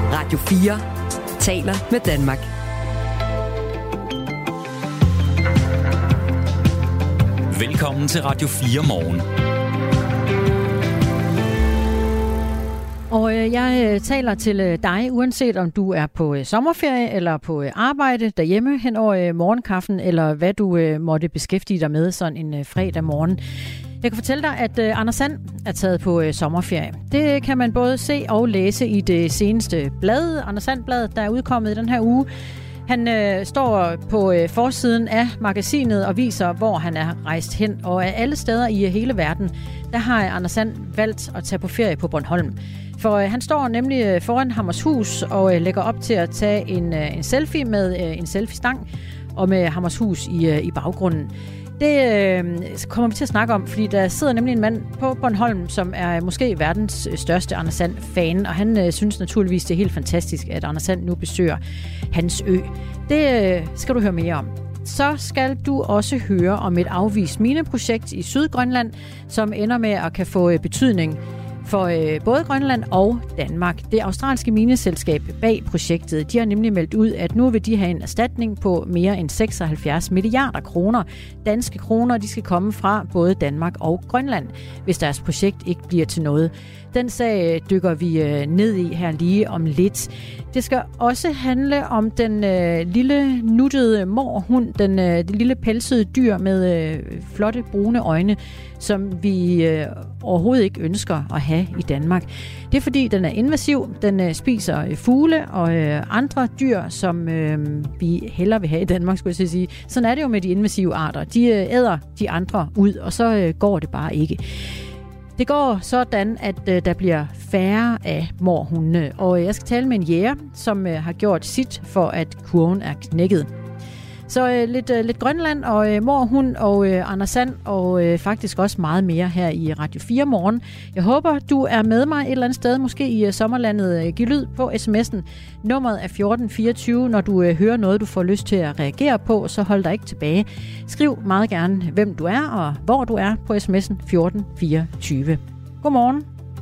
Radio 4 taler med Danmark. Velkommen til Radio 4 morgen. Og jeg taler til dig, uanset om du er på sommerferie eller på arbejde derhjemme hen over morgenkaffen, eller hvad du måtte beskæftige dig med sådan en fredag morgen. Jeg kan fortælle dig, at Anders Sand er taget på sommerferie. Det kan man både se og læse i det seneste blad, Anders Sand-bladet, der er udkommet i den her uge. Han står på forsiden af magasinet og viser, hvor han er rejst hen. Og af alle steder i hele verden, der har Anders Sand valgt at tage på ferie på Bornholm. For han står nemlig foran Hammershus og lægger op til at tage en selfie med en selfie-stang og med Hammershus i baggrunden. Det kommer vi til at snakke om, fordi der sidder nemlig en mand på Bornholm, som er måske verdens største Anders Sand-fan, og han synes naturligvis, det er helt fantastisk, at Anders Sand nu besøger hans ø. Det skal du høre mere om. Så skal du også høre om et afvist mineprojekt i Sydgrønland, som ender med at kan få betydning for både Grønland og Danmark. Det australske mineselskab bag projektet, de har nemlig meldt ud, at nu vil de have en erstatning på mere end 76 milliarder kroner. Danske kroner, de skal komme fra både Danmark og Grønland, hvis deres projekt ikke bliver til noget. Den sag dykker vi ned i her lige om lidt. Det skal også handle om den lille nuttede mårhund, det lille pelsede dyr med flotte brune øjne, som vi overhovedet ikke ønsker at have i Danmark. Det er fordi, den er invasiv. Den spiser fugle og andre dyr, som vi hellere vil have i Danmark, skulle jeg sige. Sådan er det jo med de invasive arter. De æder de andre ud, og så går det bare ikke. Det går sådan, at der bliver færre af mårhundene, og jeg skal tale med en jæger, som har gjort sit for, at kurven er knækket. Så lidt Grønland og mårhund og Anders Sand og faktisk også meget mere her i Radio 4 morgen. Jeg håber, du er med mig et eller andet sted, måske i sommerlandet. Giv lyd på sms'en. Nummeret er 1424. Når du hører noget, du får lyst til at reagere på, så hold dig ikke tilbage. Skriv meget gerne, hvem du er og hvor du er på sms'en 1424. Godmorgen.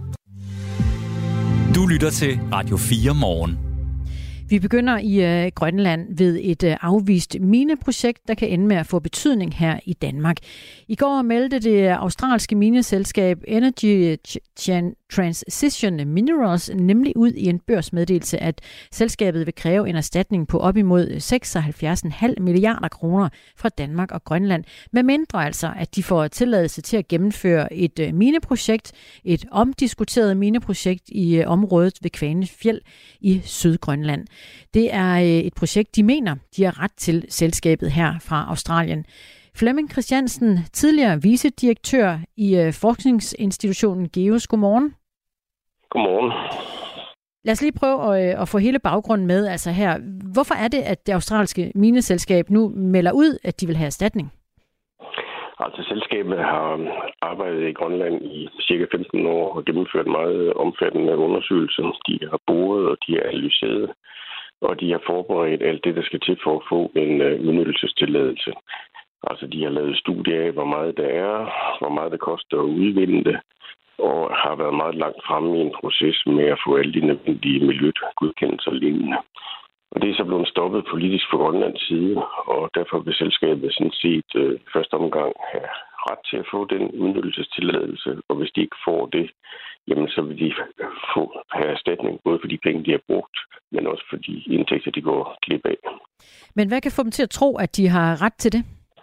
Du lytter til Radio 4 morgen. Vi begynder i Grønland ved et afvist mineprojekt, der kan ende med at få betydning her i Danmark. I går meldte det australske mineselskab Energy Transition Minerals nemlig ud i en børsmeddelelse, at selskabet vil kræve en erstatning på op imod 76,5 milliarder kroner fra Danmark og Grønland, med mindre altså, at de får tilladelse til at gennemføre et mineprojekt, et omdiskuteret mineprojekt i området ved Kvanefjeld i Sydgrønland. Det er et projekt, de mener, de har ret til, selskabet her fra Australien. Flemming Christiansen, tidligere vicedirektør i forskningsinstitutionen GEOS. Godmorgen. Godmorgen. Lad os lige prøve at få hele baggrunden med. Altså her, hvorfor er det, at det australske mineselskab nu melder ud, at de vil have erstatning? Altså selskabet har arbejdet i Grønland i cirka 15 år og gennemført meget omfattende undersøgelser. De har boret og de har analyseret, og de har forberedt alt det, der skal til for at få en udnyttelsestilladelse. Altså de har lavet studier af, hvor meget der er, hvor meget det koster at udvinde det, og har været meget langt fremme i en proces med at få alle de nødvendige miljøgodkendelser og lignende. Og det er så blevet stoppet politisk fra Grønlands side, og derfor vil selskabet sådan set første omgang have ret til at få den udnyttelsestilladelse, og hvis de ikke får det, jamen så vil de have erstatning, både for de penge, de har brugt, men også for de indtægter, de går glip af. Men hvad kan få dem til at tro, at de har ret til det?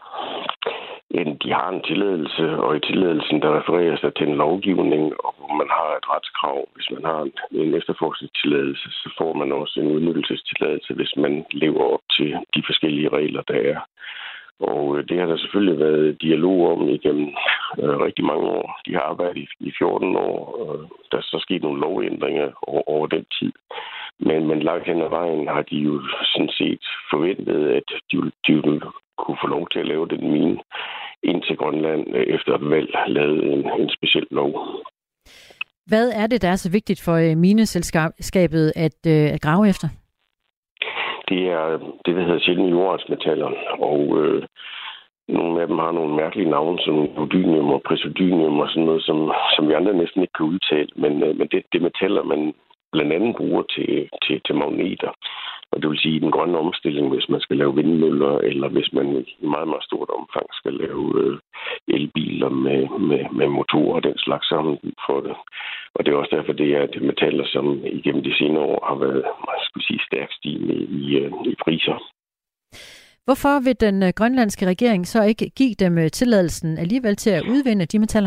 De har en tilladelse, og i tilladelsen, der refererer sig til en lovgivning, og hvor man har et retskrav. Hvis man har en efterforskningstilladelse, så får man også en udnyttelsestilladelse, hvis man lever op til de forskellige regler, der er. Og det har der selvfølgelig været dialog om igennem rigtig mange år. De har arbejdet i 14 år, og der er så sket nogle lovændringer over den tid. Men langt hen ad vejen har de jo sådan set forventet, at de vil kunne få lov til at lave den mine indtil Grønland efter et valg lavede en speciel lov. Hvad er det, der er så vigtigt for mineselskabet at grave efter? Det er det, der hedder sjældne jordartsmetaller, og nogle af dem har nogle mærkelige navne, som neodymium og praseodymium og sådan noget, som vi andre næsten ikke kan udtale. Men det metaller, man blandt andet bruger til magneter. Og det vil sige, den grønne omstilling, hvis man skal lave vindmøller, eller hvis man i meget, meget stort omfang skal lave elbiler med motorer og den slags sammen for det. Og det er også derfor, det er metaller, som igennem de senere år har været, stærkt stigende i priser. Hvorfor vil den grønlandske regering så ikke give dem tilladelsen alligevel til at udvinde de metaller?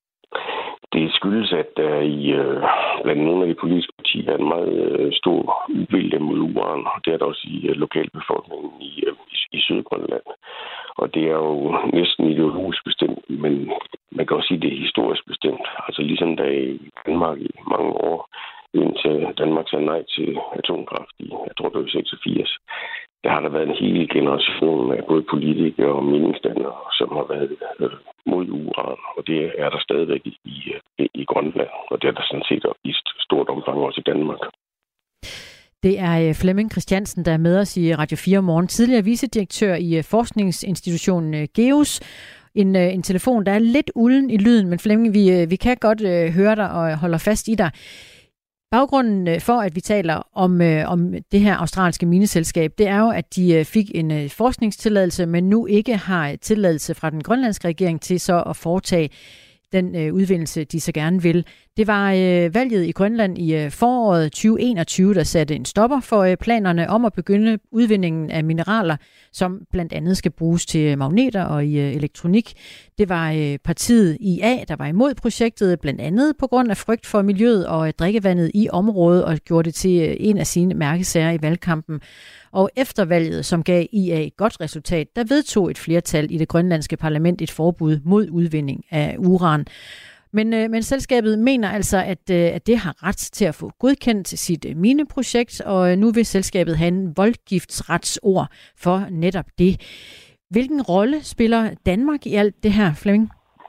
Det skyldes, at der blandt nogle af de politiske partier er en meget stor uvilje mod uran, og det er der også i lokalbefolkningen i Sydgrønland. Og det er jo næsten ideologisk bestemt, men man kan også sige, at det er historisk bestemt. Altså ligesom der i Danmark i mange år, indtil Danmark sagde nej til atomkraft i, jeg tror det var 86, der har der været en hel generation af både politikere og meningsdannere, som har været mod uran, og det er der stadigvæk i Grønland, og det er der sådan set i stort omfang også i Danmark. Det er Flemming Christiansen, der er med os i Radio 4 Morgen, tidligere vicedirektør i forskningsinstitutionen GEUS. En telefon, der er lidt ulden i lyden, men Flemming, vi kan godt høre dig og holder fast i dig. Baggrunden for, at vi taler om det her australske mineselskab, det er jo, at de fik en forskningstilladelse, men nu ikke har tilladelse fra den grønlandske regering til så at foretage den udvindelse, de så gerne vil. Det var valget i Grønland i foråret 2021, der satte en stopper for planerne om at begynde udvindingen af mineraler, som blandt andet skal bruges til magneter og i elektronik. Det var partiet IA, der var imod projektet, blandt andet på grund af frygt for miljøet og drikkevandet i området, og gjorde det til en af sine mærkesager i valgkampen. Og efter valget, som gav IA et godt resultat, der vedtog et flertal i det grønlandske parlament et forbud mod udvinding af uran. Men selskabet mener altså, at det har ret til at få godkendt sit mineprojekt, og nu vil selskabet have en voldgiftsretsord for netop det. Hvilken rolle spiller Danmark i alt det her, Flemming?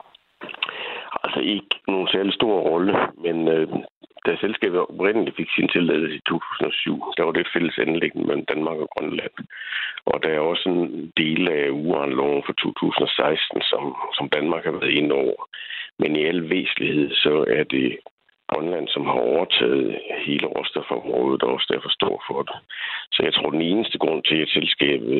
Altså ikke nogen særlig stor rolle, men da selskabet oprindeligt fik sin tilladelse i 2007, der var det et fælles anliggende mellem Danmark og Grønland. Og der er også en del af uranloven fra 2016, som Danmark har været inde over. Men i al væsentlighed, så er det Grønland, som har overtaget hele råstofområdet og også derfor står for det. Så jeg tror, den eneste grund til, at selskabet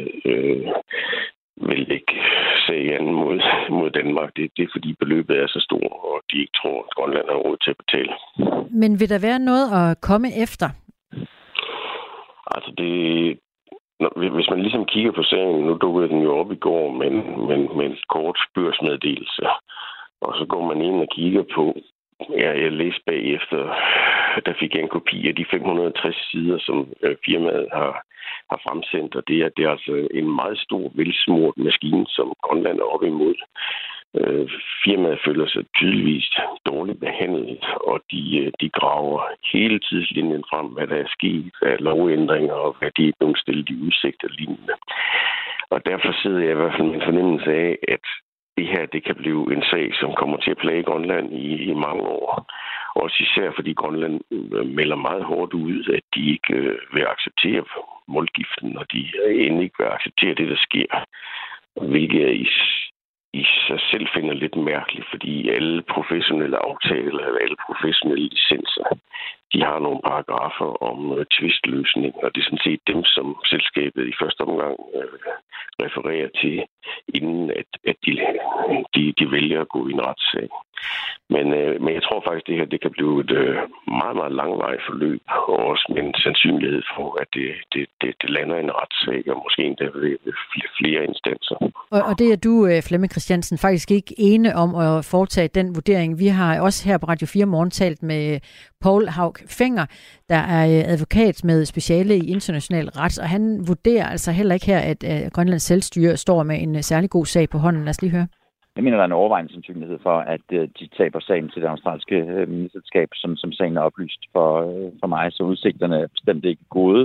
vil ikke sige andet mod Danmark, det er fordi beløbet er så stort, og de ikke tror, at Grønland har råd til at betale. Men vil der være noget at komme efter? Altså hvis man ligesom kigger på sagen, nu dukkede den jo op i går med en kort børsmeddelelse, og så går man ind og kigger på, jeg læste bagefter, der fik jeg en kopi af de 560 sider, som firmaet har fremsendt, og det er altså en meget stor, velsmurt maskine, som Grønland er op imod. Firmaet føler sig tydeligvis dårligt behandlet, og de graver hele tidslinjen frem, hvad der er sket af lovændringer, og hvad de er blevet stillet i udsigt og lignende. Og derfor sidder jeg i hvert fald med en fornemmelse af, at det her, det kan blive en sag, som kommer til at plage Grønland i mange år. Også især fordi Grønland melder meget hårdt ud, at de ikke vil acceptere voldgiften, og de endelig ikke vil acceptere det, der sker. Hvilket jeg i sig selv finder lidt mærkeligt, fordi alle professionelle aftaler, eller alle professionelle licenser, de har nogle paragrafer om tvistløsning, og det er sådan set dem, som selskabet i første omgang refererer til, inden at de vælger at gå i en retssag. Men jeg tror faktisk, det her det kan blive et meget, meget langvarigt forløb, og også med en sandsynlighed for, at det lander i en retssag, og måske endda ved flere instanser. Og det er du, Flemming Christiansen, faktisk ikke ene om at foretage den vurdering. Vi har også her på Radio 4 Morgen talt med Poul Haug Fenger, der er advokat med speciale i international ret, og han vurderer altså heller ikke her, at Grønlands selvstyre står med en særlig god sag på hånden. Lad os lige høre. Jeg mener, der er en overvejende sandsynlighed for, at de taber sagen til det australske mineselskab, som sagen er oplyst for mig, så udsigterne er bestemt ikke gode.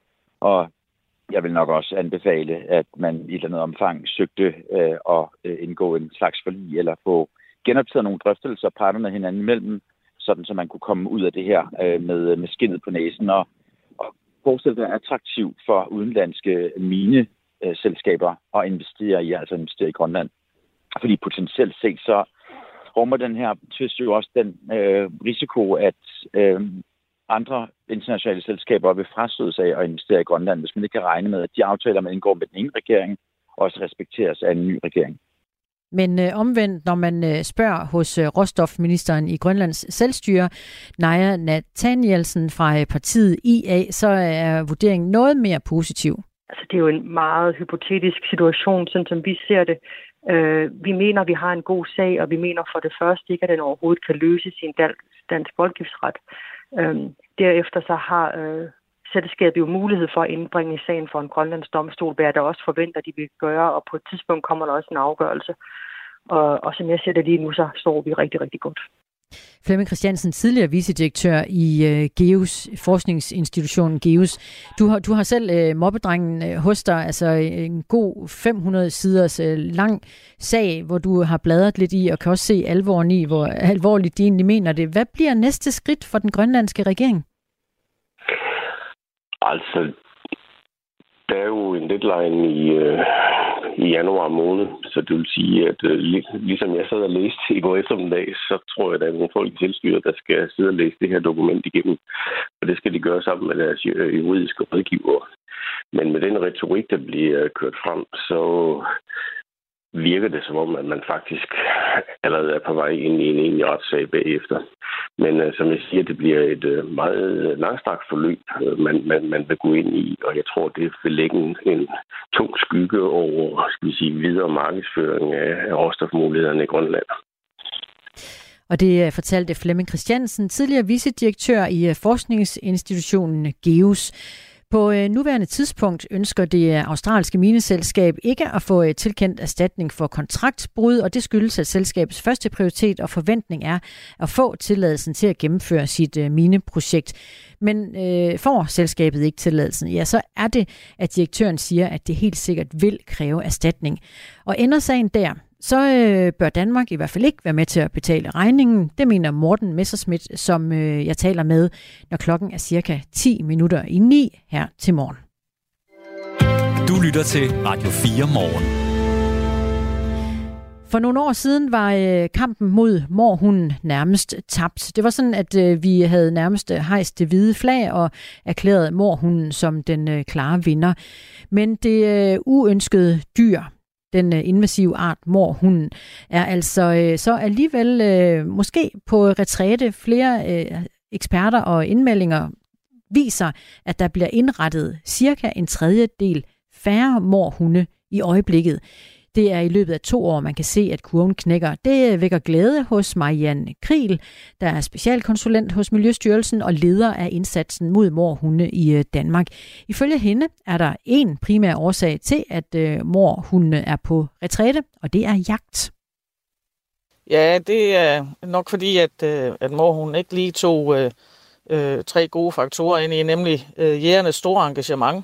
Og jeg vil nok også anbefale, at man i et eller andet omfang søgte at indgå en slags forlig, eller få genoptaget nogle drøftelser parterne hinanden imellem, sådan så man kunne komme ud af det her med skindet på næsen og forestille det attraktiv for udenlandske mineselskaber at investere i Grønland. Fordi potentielt set så rummer den her tvist jo også den risiko, at andre internationale selskaber vil frastødes af at investere i Grønland, hvis man ikke kan regne med, at de aftaler, man indgår med den ene regering, også respekteres af en ny regering. Men omvendt, når man spørger hos råstofministeren i Grønlands selvstyre, Naja Nathanielsen fra partiet IA, så er vurderingen noget mere positiv. Altså, det er jo en meget hypotetisk situation, sådan som vi ser det. Vi mener, at vi har en god sag, og vi mener for det første ikke, at den overhovedet kan løses i en dansk voldgiftsret. Derefter så har selskabet jo mulighed for at indbringe sagen for en grønlandsk domstol, hvad der også forventer, de vil gøre, og på et tidspunkt kommer der også en afgørelse. Og som jeg ser det lige nu, så står vi rigtig, rigtig godt. Flemming Christiansen, tidligere vicedirektør i GEUS, forskningsinstitutionen GEUS. Du har selv mobbedrengen hos dig, altså en god 500 siders lang sag, hvor du har bladret lidt i, og kan også se alvoren i, hvor alvorligt de egentlig mener det. Hvad bliver næste skridt for den grønlandske regering? Altså, der er jo en deadline i januar måned, så det vil sige, at ligesom jeg sad og læste i går eftermiddag, så tror jeg, at der er nogle folk i selvstyret, der skal sidde og læse det her dokument igennem. Og det skal de gøre sammen med deres juridiske rådgivere. Men med den retorik, der bliver kørt frem, så virker det som om, at man faktisk allerede er på vej ind i en egentlig retssag bagefter. Men som jeg siger, det bliver et meget langstrakt forløb, man vil gå ind i, og jeg tror, det vil lægge en tung skygge over, skal vi sige, videre markedsføring af råstofmulighederne i Grønland. Og det fortalte Flemming Christiansen, tidligere vicedirektør i forskningsinstitutionen GEUS. På nuværende tidspunkt ønsker det australske mineselskab ikke at få tilkendt erstatning for kontraktbrud, og det skyldes, at selskabets første prioritet og forventning er at få tilladelsen til at gennemføre sit mineprojekt. Men får selskabet ikke tilladelsen, ja, så er det, at direktøren siger, at det helt sikkert vil kræve erstatning. Og ender sagen der, så bør Danmark i hvert fald ikke være med til at betale regningen. Det mener Morten Messerschmidt, som jeg taler med, når klokken er cirka 9:10 her til morgen. Du lytter til Radio 4 morgen. For nogle år siden var kampen mod mårhunden nærmest tabt. Det var sådan, at vi havde nærmest hejst det hvide flag og erklæret mårhunden som den klare vinder. Men det uønskede dyr, den invasive art mårhunden, er altså så alligevel måske på retræte. Flere eksperter og indmeldinger viser, at der bliver indrettet cirka en tredjedel færre mårhunde i øjeblikket. Det er i løbet af 2 år, man kan se, at kurven knækker. Det vækker glæde hos Marianne Kriel, der er specialkonsulent hos Miljøstyrelsen og leder af indsatsen mod mårhunde i Danmark. Ifølge hende er der en primær årsag til, at mårhunde er på retræte, og det er jagt. Ja, det er nok fordi, at mårhunden ikke lige tog 3 gode faktorer ind i, nemlig jægernes store engagement,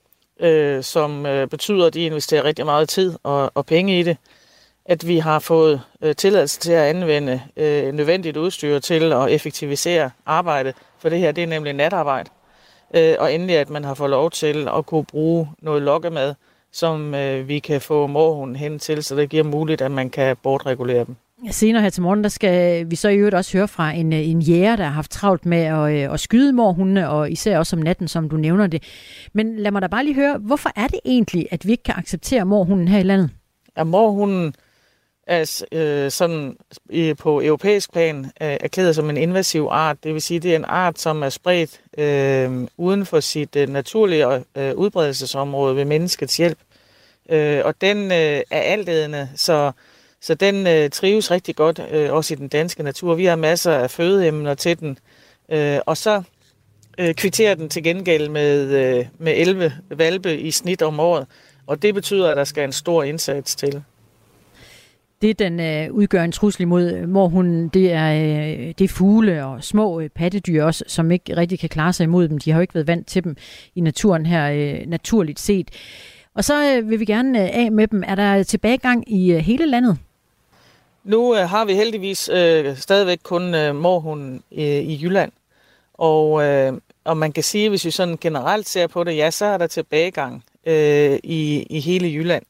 som betyder, at de investerer rigtig meget tid og penge i det. At vi har fået tilladelse til at anvende nødvendigt udstyr til at effektivisere arbejdet, for det her det er nemlig natarbejde. Og endelig, at man har fået lov til at kunne bruge noget lokkemad, som vi kan få mårhunden hen til, så det giver muligt, at man kan bortregulere dem. Senere her til morgen, der skal vi så i øvrigt også høre fra en jæger, der har haft travlt med at skyde mårhundene, og især også om natten, som du nævner det. Men lad mig da bare lige høre, hvorfor er det egentlig, at vi ikke kan acceptere mårhunden her i landet? Ja, mårhunden er sådan på europæisk plan erklæret som en invasiv art. Det vil sige, det er en art, som er spredt uden for sit naturlige udbredelsesområde ved menneskets hjælp. Og den er altædende, så den trives rigtig godt, også i den danske natur. Vi har masser af fødeemner til den, og så kvitterer den til gengæld med 11 hvalpe i snit om året, og det betyder, at der skal en stor indsats til. Det, den udgør en trussel imod mårhunden, det er fugle og små pattedyr også, som ikke rigtig kan klare sig imod dem. De har jo ikke været vant til dem i naturen her, naturligt set. Og så vil vi gerne af med dem. Er der tilbagegang i hele landet? Nu har vi heldigvis stadigvæk kun mårhunden i Jylland. Og man kan sige, hvis vi sådan generelt ser på det, ja, så er der tilbagegang i hele Jylland.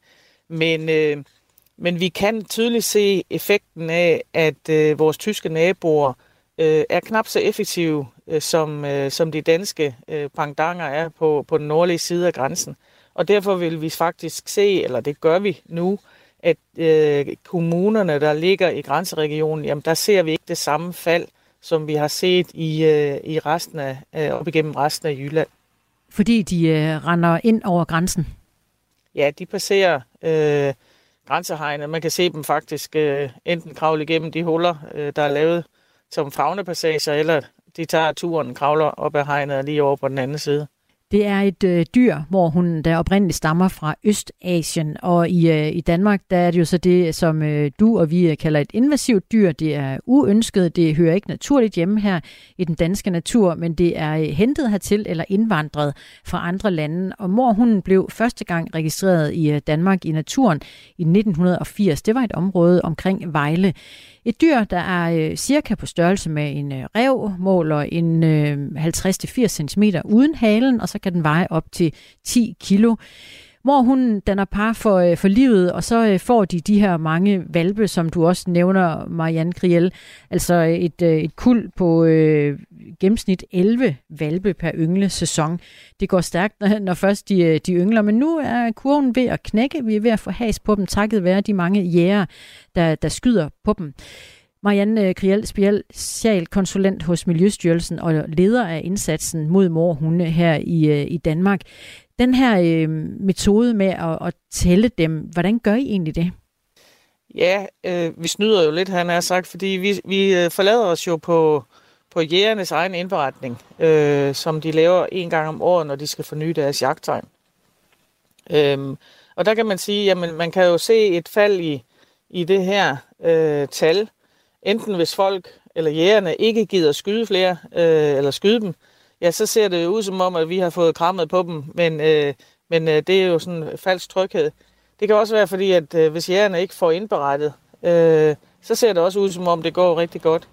Men vi kan tydeligt se effekten af, at vores tyske naboer er knap så effektive som de danske pendants er på den nordlige side af grænsen. Og derfor vil vi faktisk se, eller det gør vi nu, at kommunerne, der ligger i grænseregionen, jamen der ser vi ikke det samme fald, som vi har set i resten af, op igennem resten af Jylland. Fordi de render ind over grænsen? Ja, de passerer grænsehegnet. Man kan se dem faktisk enten kravle igennem de huller, der er lavet som favnepassager, eller de tager turen, kravler op ad hegnet og lige over på den anden side. Det er et dyr, hvor hun der oprindeligt stammer fra Østasien, og i Danmark, der er det jo så det, som du og vi kalder et invasivt dyr. Det er uønsket, det hører ikke naturligt hjemme her i den danske natur, men det er hentet hertil eller indvandret fra andre lande. Og morhunden blev første gang registreret i Danmark i naturen i 1980. Det var et område omkring Vejle. Et dyr, der er cirka på størrelse med en ræv, måler en 50-80 cm uden halen, og så kan den veje op til 10 kilo. Morhunden danner par for livet, og så får de her mange hvalpe, som du også nævner, Marianne Kriel. Altså et kuld på gennemsnit 11 hvalpe per ynglesæson. Det går stærkt, når først de yngler, men nu er kurven ved at knække. Vi er ved at få has på dem, takket være de mange jæger, der skyder på dem. Marianne Kriel, specialkonsulent hos Miljøstyrelsen og leder af indsatsen mod morhunde her i Danmark. Den her metode med at tælle dem, hvordan gør I egentlig det? Ja, vi snyder jo lidt, han har sagt, fordi vi forlader os jo på jægernes egen indberetning, som de laver en gang om året, når de skal forny deres jagttegn. Og der kan man sige, jamen man kan jo se et fald i det her tal, enten hvis folk eller jægerne ikke gider skyde flere, eller skyde dem, ja, så ser det ud som om, at vi har fået krammet på dem, men det er jo sådan en falsk tryghed. Det kan også være fordi, at hvis jægerne ikke får indberettet, så ser det også ud som om, det går rigtig godt.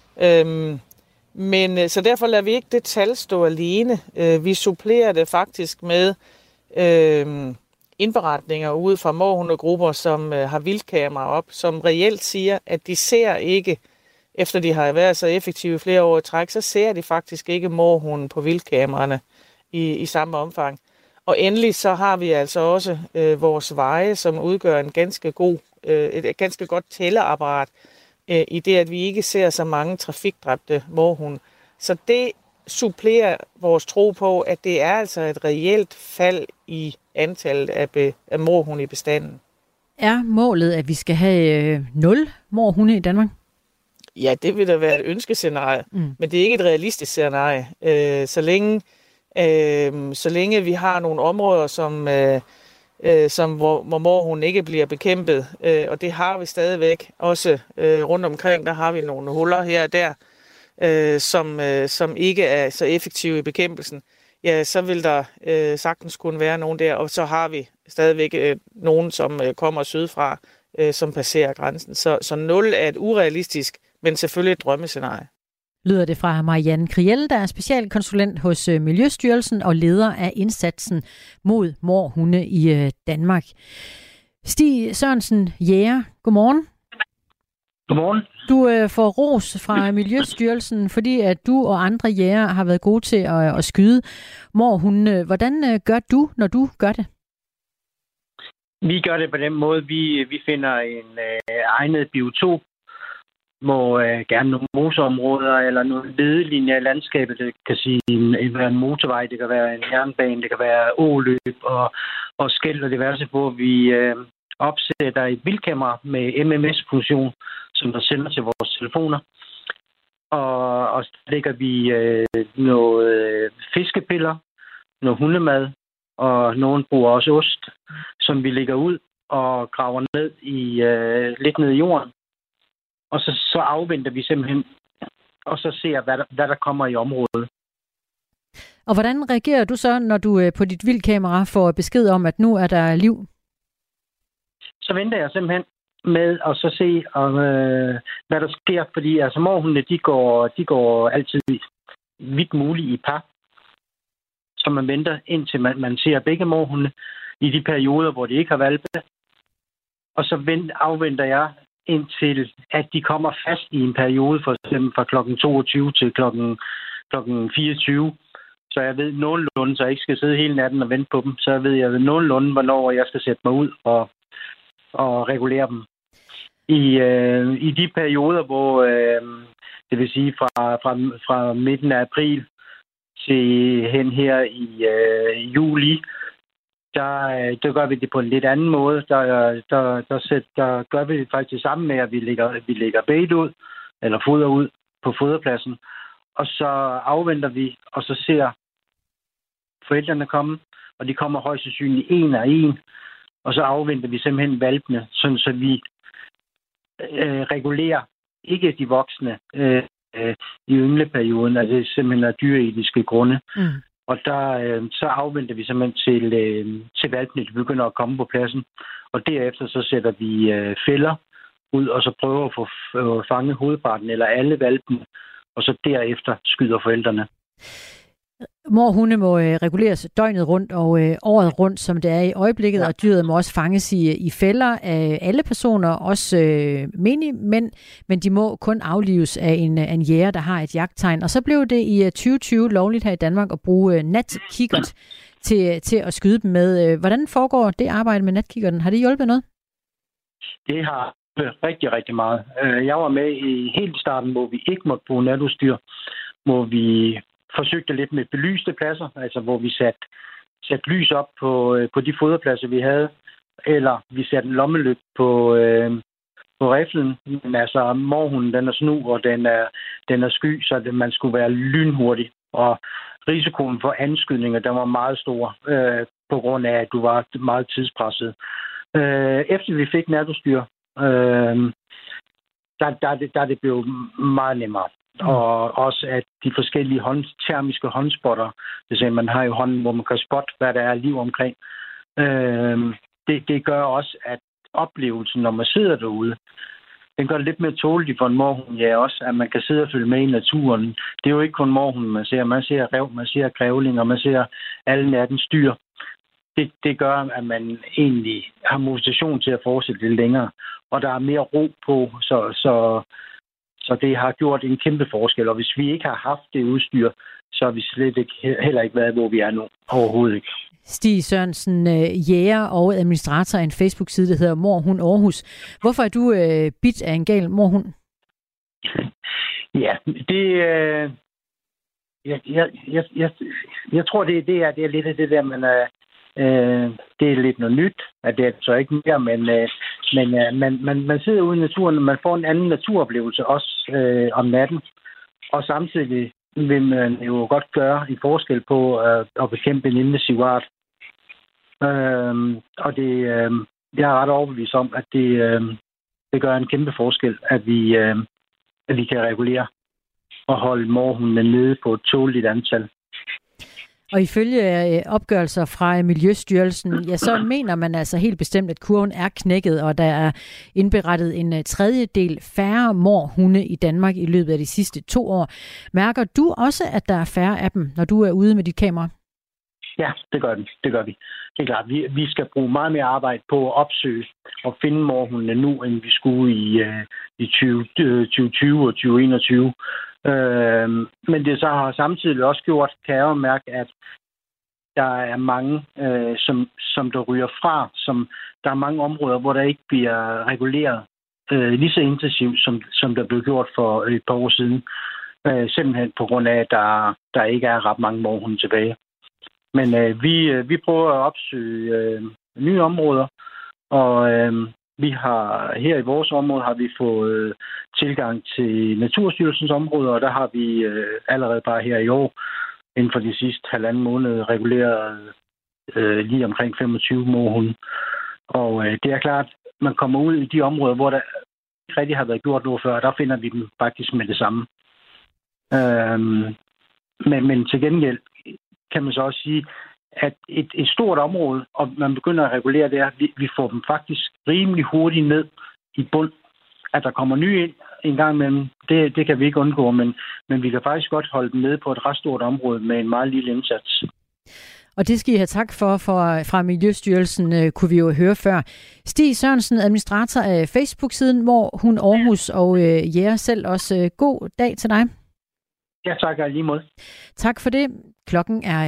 Men så derfor lader vi ikke det tal stå alene. Vi supplerer det faktisk med indberetninger ud fra morhundegrupper, som har vildkamera op, som reelt siger, at de ser ikke, efter de har været så effektive flere år i træk, så ser de faktisk ikke morhunden på vildkameraerne i samme omfang. Og endelig så har vi altså også vores veje, som udgør et ganske godt tælleapparat, i det, at vi ikke ser så mange trafikdræbte morhunde. Så det supplerer vores tro på, at det er altså et reelt fald i antallet af morhunde i bestanden. Er målet, at vi skal have 0 morhunde i Danmark? Ja, det vil da være et ønskescenarie, men det er ikke et realistisk scenarie. Så længe vi har nogle områder, hvor morhunden ikke bliver bekæmpet, og det har vi stadigvæk også rundt omkring, der har vi nogle huller her og der, som ikke er så effektive i bekæmpelsen, ja, så vil der sagtens kunne være nogen der, og så har vi stadigvæk nogen, som kommer sydfra, som passerer grænsen. Så 0 er et urealistisk, men selvfølgelig et drømmescenarie. Lyder det fra Marianne Kriel, der er specialkonsulent hos Miljøstyrelsen og leder af indsatsen mod morhunde i Danmark. Stig Sørensen, jæger. Godmorgen. Godmorgen. Du får ros fra Miljøstyrelsen, fordi at du og andre jæger har været gode til at skyde morhunde. Hvordan gør du, når du gør det? Vi gør det på den måde, vi finder en egnet biotop, hvor gerne nogle moseområder eller nogle ledelinjer i landskabet. Det kan sige være en motorvej, det kan være en jernbane, det kan være åløb og skel og diverse, hvor vi opsætter et vildkamera med MMS-funktion, som der sender til vores telefoner. Og så lægger vi noget fiskepiller, noget hundemad, og nogen bruger også ost, som vi lægger ud og graver ned lidt ned i jorden. Og så afventer vi simpelthen, og så ser, hvad der kommer i området. Og hvordan reagerer du så, når du på dit vildkamera får besked om, at nu er der liv? Så venter jeg simpelthen med at så se, hvad der sker. Fordi altså morhundene, de går altid vidt muligt i par. Så man venter indtil man ser begge morhunde i de perioder, hvor de ikke har hvalpe. Og så afventer jeg indtil, at de kommer fast i en periode, for eksempel fra kl. 22 til kl. kl. 24. Så jeg ved nogenlunde, så jeg ikke skal sidde hele natten og vente på dem. Så ved jeg nogenlunde, hvornår jeg skal sætte mig ud og regulere dem. I de perioder, hvor det vil sige fra midten af april til hen her i juli, der gør vi det på en lidt anden måde. Der gør vi det faktisk det samme med, at vi lægger bait ud, eller foder ud på foderpladsen. Og så afventer vi, og så ser forældrene komme, og de kommer højst sandsynligt en af en. Og så afventer vi simpelthen valpene, sådan så vi regulerer ikke de voksne i yngleperioden, altså det simpelthen af dyreetiske grunde. Mm. Og så afventer vi simpelthen til valpene begynder at komme på pladsen. Og derefter så sætter vi fælder ud, og så prøver at få fanget hovedparten eller alle valpene, og så derefter skyder forældrene. Morhunde må reguleres døgnet rundt og året rundt, som det er i øjeblikket, ja. Og dyret må også fanges i fælder af alle personer, også menige mænd, men de må kun aflives af en jæger, der har et jagttegn. Og så blev det i 2020 lovligt her i Danmark at bruge natkikkert til at skyde dem med. Hvordan foregår det arbejde med natkikkerten? Har det hjulpet noget? Det har rigtig, rigtig meget. Jeg var med i helt starten, hvor vi ikke måtte bruge natudstyr, hvor vi forsøgte lidt med belyste pladser, altså hvor vi satte lys op på de foderpladser, vi havde, eller vi satte en lommelygte på riflen. Men altså, morhunden, den er snu, og den er sky, så man skulle være lynhurtig. Og risikoen for anskydninger, den var meget stor, på grund af, at du var meget tidspresset. Efter vi fik natudstyr, der er det blevet meget nemmere. Og også at de forskellige termiske håndspotter, det vil sige, man har jo hånden, hvor man kan spotte, hvad der er liv omkring. Det gør også, at oplevelsen, når man sidder derude, den gør det lidt mere tåleligt for en morhund, ja også, at man kan sidde og følge med i naturen. Det er jo ikke kun morhunden, man ser. Man ser ræv, man ser grævlinger, man ser alle nattens dyr. Det gør, at man egentlig har motivation til at fortsætte lidt længere. Og der er mere ro på, så det har gjort en kæmpe forskel. Og hvis vi ikke har haft det udstyr, så har vi slet ikke, heller ikke været, hvor vi er nu. Overhovedet ikke. Stig Sørensen, jæger og administrator af en Facebook-side, der hedder Morhund Aarhus. Hvorfor er du bidt af en gal morhund? Ja, jeg tror, det er lidt af det der, man det er lidt noget nyt, at det er så ikke mere, men man sidder ude i naturen, og man får en anden naturoplevelse også om natten. Og samtidig vil man jo godt gøre en forskel på at bekæmpe en invasiv art. Og jeg er ret overbevist om, at det gør en kæmpe forskel, at vi kan regulere og holde morhundene nede på et tåleligt antal. Og ifølge opgørelser fra Miljøstyrelsen, ja, så mener man altså helt bestemt, at kurven er knækket, og der er indberettet en tredjedel færre morhunde i Danmark i løbet af de sidste 2 år. Mærker du også, at der er færre af dem, når du er ude med dit kamera? Ja, det gør vi. Det er klart, vi skal bruge meget mere arbejde på at opsøge og finde morhundene nu, end vi skulle i 2020 og 2021. Men det så har samtidig også gjort, kan jeg jo mærke, at der er mange, som der ryger fra, der er mange områder, hvor der ikke bliver reguleret lige så intensivt, som der blev gjort for et par år siden. Simpelthen på grund af, at der ikke er ret mange morhunde tilbage. Men vi prøver at opsøge nye områder, og vi har her i vores område har vi fået tilgang til Naturstyrelsens område, og der har vi allerede bare her i år, inden for de sidste 1,5 måned, reguleret lige omkring 25 morhunde. Og det er klart, at man kommer ud i de områder, hvor der ikke rigtig har været gjort noget før, der finder vi dem faktisk med det samme. Men til gengæld kan man så også sige, at et stort område, og man begynder at regulere det, vi får dem faktisk rimelig hurtigt ned i bund. At der kommer nye ind en gang imellem, det kan vi ikke undgå, men vi kan faktisk godt holde dem nede på et ret stort område med en meget lille indsats. Og det skal I have tak for fra Miljøstyrelsen, kunne vi jo høre før. Stig Sørensen, administrator af Facebook-siden Morhund Aarhus, og jæger selv også. God dag til dig. Jeg takker lige mod. Tak for det. Klokken er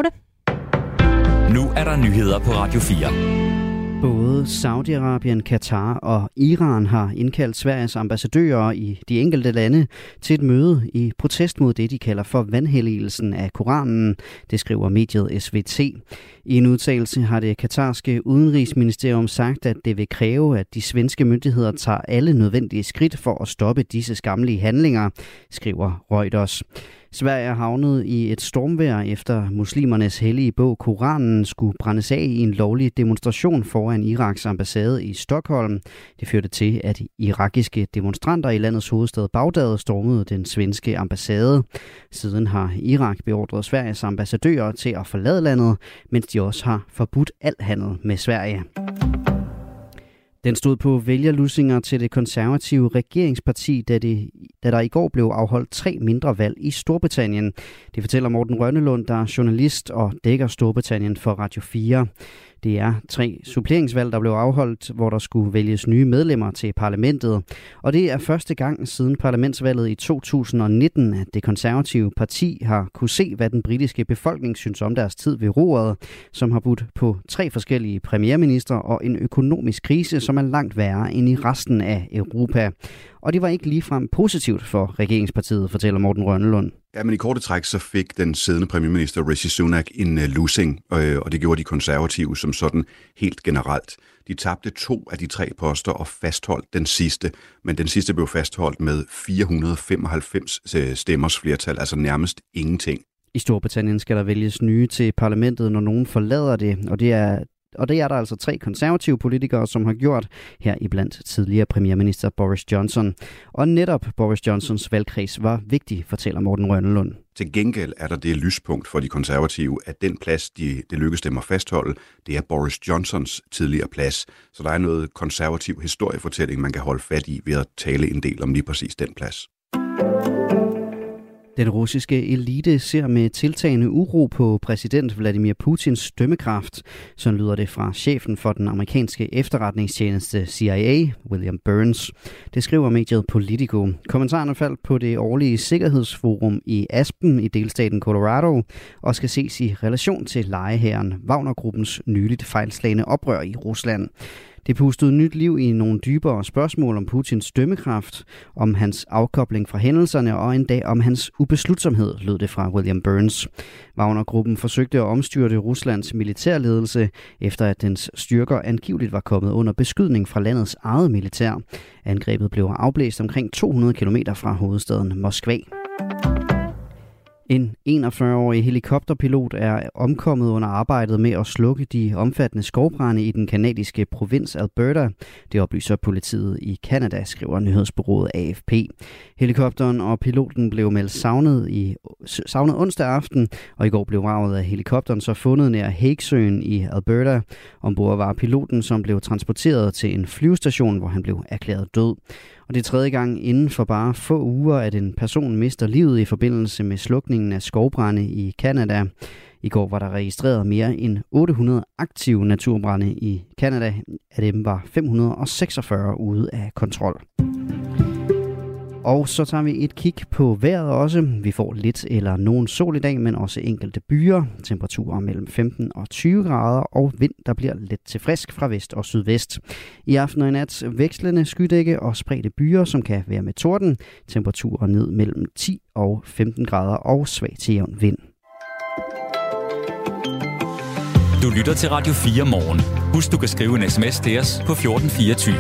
7:30. Nu er der nyheder på Radio 4. Både Saudi-Arabien, Katar og Iran har indkaldt Sveriges ambassadører i de enkelte lande til et møde i protest mod det, de kalder for vanhelligelsen af Koranen. Det skriver mediet SVT. I en udtalelse har det katarske udenrigsministerium sagt, at det vil kræve, at de svenske myndigheder tager alle nødvendige skridt for at stoppe disse skammelige handlinger, skriver Reuters. Sverige havnede i et stormvejr efter muslimernes hellige bog Koranen skulle brændes af i en lovlig demonstration foran Iraks ambassade i Stockholm. Det førte til, at irakiske demonstranter i landets hovedstad Bagdad stormede den svenske ambassade. Siden har Irak beordret Sveriges ambassadører til at forlade landet, mens de også har forbudt al handel med Sverige. Den stod på vælgerlussinger til det konservative regeringsparti, da der i går blev afholdt 3 mindre valg i Storbritannien. Det fortæller Morten Rønnelund, der er journalist og dækker Storbritannien for Radio 4. Det er 3 suppleringsvalg, der blev afholdt, hvor der skulle vælges nye medlemmer til parlamentet. Og det er første gang siden parlamentsvalget i 2019, at det konservative parti har kunne se, hvad den britiske befolkning synes om deres tid ved roret, som har budt på 3 forskellige premierminister og en økonomisk krise, som er langt værre end i resten af Europa. Og det var ikke ligefrem positivt for regeringspartiet, fortæller Morten Rønnelund. Ja, men i korte træk så fik den siddende premierminister Rishi Sunak en losing, og det gjorde de konservative som sådan helt generelt. De tabte 2 af de 3 poster og fastholdt den sidste, men den sidste blev fastholdt med 495 stemmers flertal, altså nærmest ingenting. I Storbritannien skal der vælges nye til parlamentet, når nogen forlader det, og det er der altså 3 konservative politikere, som har gjort, her iblandt tidligere premierminister Boris Johnson. Og netop Boris Johnsons valgkreds var vigtig, fortæller Morten Rønnelund. Til gengæld er der det lyspunkt for de konservative, at den plads, det lykkedes dem at fastholde, det er Boris Johnsons tidligere plads. Så der er noget konservativ historiefortælling, man kan holde fat i ved at tale en del om lige præcis den plads. Den russiske elite ser med tiltagende uro på præsident Vladimir Putins dømmekraft. Sådan lyder det fra chefen for den amerikanske efterretningstjeneste CIA, William Burns. Det skriver mediet Politico. Kommentarerne faldt på det årlige sikkerhedsforum i Aspen i delstaten Colorado og skal ses i relation til legehæren Wagner-gruppens nyligt fejlslagne oprør i Rusland. Det pustede nyt liv i nogle dybere spørgsmål om Putins dømmekraft, om hans afkobling fra hændelserne og endda om hans ubeslutsomhed, lød det fra William Burns. Wagner-gruppen forsøgte at omstyrte Ruslands militærledelse, efter at dens styrker angiveligt var kommet under beskydning fra landets eget militær. Angrebet blev afblæst omkring 200 km fra hovedstaden Moskva. En 41-årig helikopterpilot er omkommet under arbejdet med at slukke de omfattende skovbrande i den kanadiske provins Alberta. Det oplyser politiet i Canada, skriver nyhedsbureauet AFP. Helikopteren og piloten blev meldt savnet onsdag aften, og i går blev vraget af helikopteren så fundet nær Hakesøen i Alberta. Ombord var piloten, som blev transporteret til en flyvestation, hvor han blev erklæret død. Og det er 3. gang inden for bare få uger, at en person mister livet i forbindelse med slukningen af skovbrande i Canada. I går var der registreret mere end 800 aktive naturbrande i Canada. Af dem var 546 ude af kontrol. Og så tager vi et kig på vejret også. Vi får lidt eller nogen sol i dag, men også enkelte byer. Temperaturer mellem 15 og 20 grader og vind, der bliver let til frisk fra vest og sydvest. I aften og i nat vekslende skydække og spredte byer, som kan være med torden. Temperaturer ned mellem 10 og 15 grader og svag til jævn vind. Du lytter til Radio 4 morgen. Husk, du kan skrive en sms til os på 1424.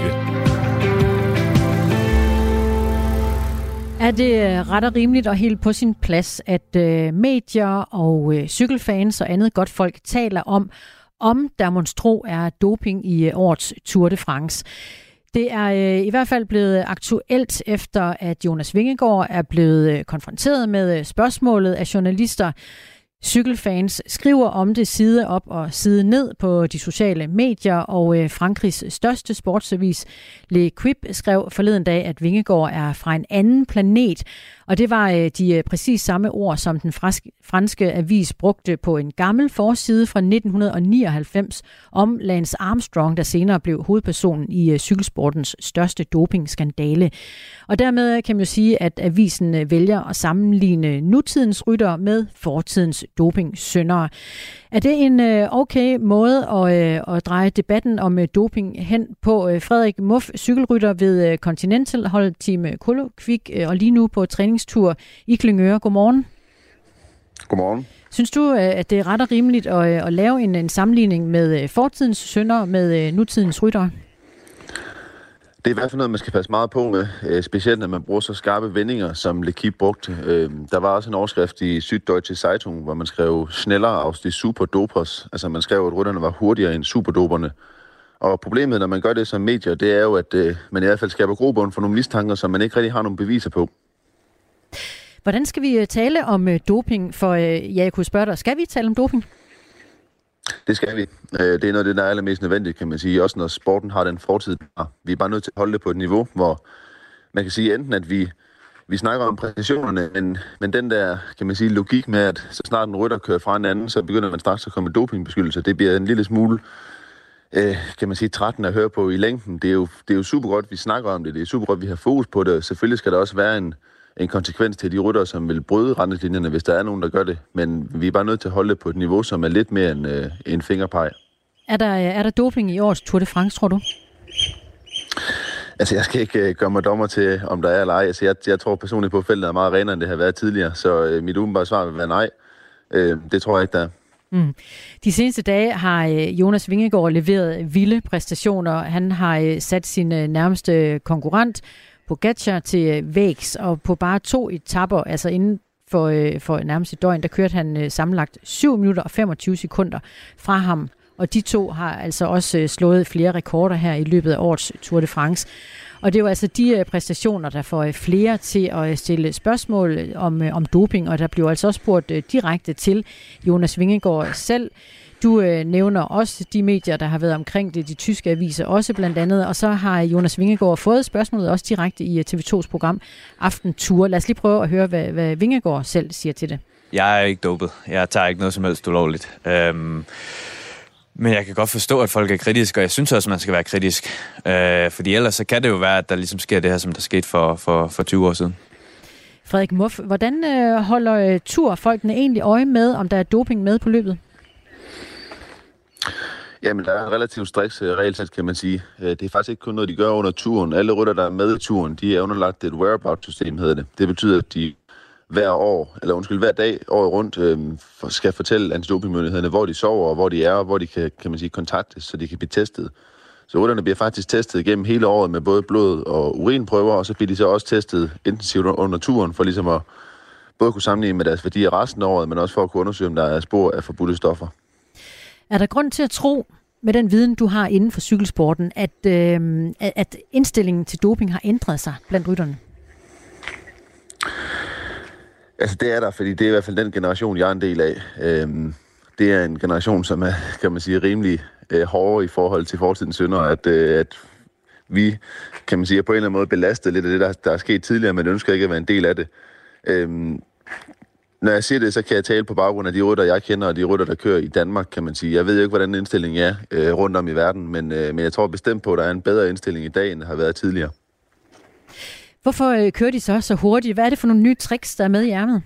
Er det ret og rimeligt og helt på sin plads, at medier og cykelfans og andet godt folk taler om der monstro er doping i årets Tour de France? Det er i hvert fald blevet aktuelt, efter at Jonas Vingegaard er blevet konfronteret med spørgsmålet af journalister. Cykelfans skriver om det side op og side ned på de sociale medier, og Frankrigs største sportsavis L'Equipe skrev forleden dag, at Vingegaard er fra en anden planet, Og det var de præcis samme ord, som den franske avis brugte på en gammel forside fra 1999 om Lance Armstrong, der senere blev hovedpersonen i cykelsportens største dopingskandale. Og dermed kan man jo sige, at avisen vælger at sammenligne nutidens ryttere med fortidens dopingsyndere. Er det en okay måde at dreje debatten om doping hen på? Frederik Muff, cykelrytter ved Continental, holdet Team Kolokvik og lige nu på træningstur i Klyngøre. Godmorgen. Godmorgen. Synes du, at det er ret og rimeligt at lave en sammenligning med fortidens syndere med nutidens ryttere? Det er i hvert fald noget, man skal passe meget på med, specielt når man bruger så skarpe vendinger, som L'Equipe brugte. Der var også en overskrift i Süddeutsche Zeitung, hvor man skrev schneller aus die Superdopers. Altså man skrev, at rytterne var hurtigere end superdoperne. Og problemet, når man gør det som medier, det er jo, at man i hvert fald skaber grobund for nogle mistanker, som man ikke rigtig har nogle beviser på. Hvordan skal vi tale om doping? For jeg kunne spørge dig, skal vi tale om doping? Det skal vi. Det er noget af det, der er allermest nødvendigt, kan man sige. Også når sporten har den fortid. Vi er bare nødt til at holde det på et niveau, hvor man kan sige enten, at vi snakker om præstationerne, men den der, kan man sige, logik med, at så snart en rytter kører fra en anden, så begynder man straks at komme med dopingbeskyttelse. Det bliver en lille smule, kan man sige, trættende at høre på i længden. Det er jo super godt, vi snakker om det. Det er super godt, vi har fokus på det. Selvfølgelig skal der også være en konsekvens til de ryttere, som vil bryde retningslinjerne, hvis der er nogen, der gør det. Men vi er bare nødt til at holde det på et niveau, som er lidt mere end en fingerpeg. Er der doping i årets Tour de France, tror du? Altså, jeg skal ikke gøre mig dommer til, om der er eller ej. Altså, jeg tror personligt på, at feltet er meget renere, end det har været tidligere. Så mit umiddelbare svar vil være nej. Det tror jeg ikke, der er. De seneste dage har Jonas Vingegaard leveret vilde præstationer. Han har sat sin nærmeste konkurrent Pogačar til vægs, og på bare 2 etaper, altså inden for nærmest et døgn, der kørte han sammenlagt 7 minutter og 25 sekunder fra ham. Og de to har altså også slået flere rekorder her i løbet af årets Tour de France. Og det er jo altså de præstationer, der får flere til at stille spørgsmål om doping, og der bliver altså også spurgt direkte til Jonas Vingegaard selv. Du nævner også de medier, der har været omkring det, de tyske aviser også blandt andet, og så har Jonas Vingegaard fået spørgsmålet også direkte i TV2's program Aftentour. Lad os lige prøve at høre, hvad Vingegaard selv siger til det. Jeg er ikke dopet. Jeg tager ikke noget som helst ulovligt. Men jeg kan godt forstå, at folk er kritiske, og jeg synes også, at man skal være kritisk. Fordi ellers så kan det jo være, at der ligesom sker det her, som der skete for 20 år siden. Frederik Muff, hvordan holder turfolkene egentlig øje med, om der er doping med på løbet? Jamen, der er en relativt striks regelsæt, kan man sige. Det er faktisk ikke kun noget, de gør under turen. Alle rytter, der er med i turen, de er underlagt et whereabout-system, hedder det. Det betyder, at de hver dag året rundt skal fortælle antidopingmyndighederne, hvor de sover, og hvor de er, og hvor de kan man sige, kontaktes, så de kan blive testet. Så rytterne bliver faktisk testet igennem hele året med både blod- og urinprøver, og så bliver de så også testet intensivt under turen, for ligesom at både kunne sammenligne med deres værdier resten af året, men også for at kunne undersøge, om der er spor af forbudte stoffer. Er der grund til at tro, med den viden, du har inden for cykelsporten, at indstillingen til doping har ændret sig blandt rytterne? Altså det er der, fordi det er i hvert fald den generation, jeg er en del af. Det er en generation, som er, kan man sige, rimelig hårdere i forhold til fortidens synder, at vi, kan man sige, er på en eller anden måde belastet lidt af det, der er sket tidligere, men ønsker ikke at være en del af det. Når jeg siger det, så kan jeg tale på baggrund af de rytter, jeg kender, og de rytter, der kører i Danmark, kan man sige. Jeg ved jo ikke, hvordan indstillingen er rundt om i verden, men jeg tror bestemt på, at der er en bedre indstilling i dag, end der har været tidligere. Hvorfor kører de så hurtigt? Hvad er det for nogle nye tricks, der er med i ærmet?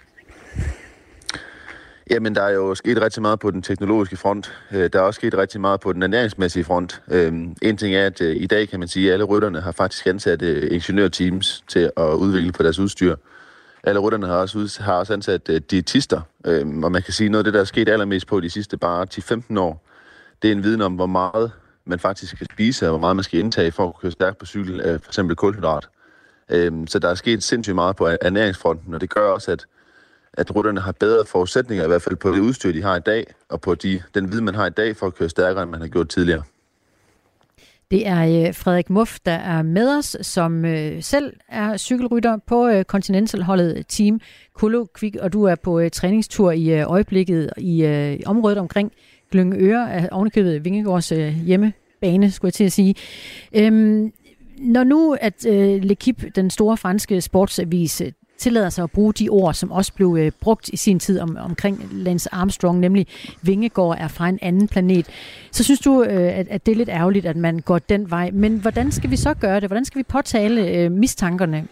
Jamen, der er jo sket rigtig meget på den teknologiske front. Der er også sket rigtig meget på den ernæringsmæssige front. En ting er, at i dag kan man sige, at alle rytterne har faktisk ansat ingeniørteams til at udvikle på deres udstyr. Alle rytterne har også ansat diætister, og man kan sige, noget af det, der er sket allermest på de sidste bare 10-15 år, det er en viden om, hvor meget man faktisk skal spise, og hvor meget man skal indtage for at køre stærkt på cykel, for eksempel kulhydrat. Så der er sket sindssygt meget på ernæringsfronten, og det gør også, at rytterne har bedre forudsætninger, i hvert fald på det udstyr, de har i dag, og på den viden, man har i dag, for at køre stærkere, end man har gjort tidligere. Det er Frederik Muff, der er med os, som selv er cykelrytter på Continental-holdet Team Kolokvik, og du er på træningstur i øjeblikket i området omkring Glyngøre, ovenikøbet Vingegaards hjemmebane, skulle jeg til at sige. Når nu at L'Equipe, den store franske sportsavis, tillader sig at bruge de ord, som også blev brugt i sin tid omkring Lance Armstrong, nemlig Vingegaard er fra en anden planet, så synes du, at det er lidt ærgerligt, at man går den vej. Men hvordan skal vi så gøre det? Hvordan skal vi påtale mistankerne?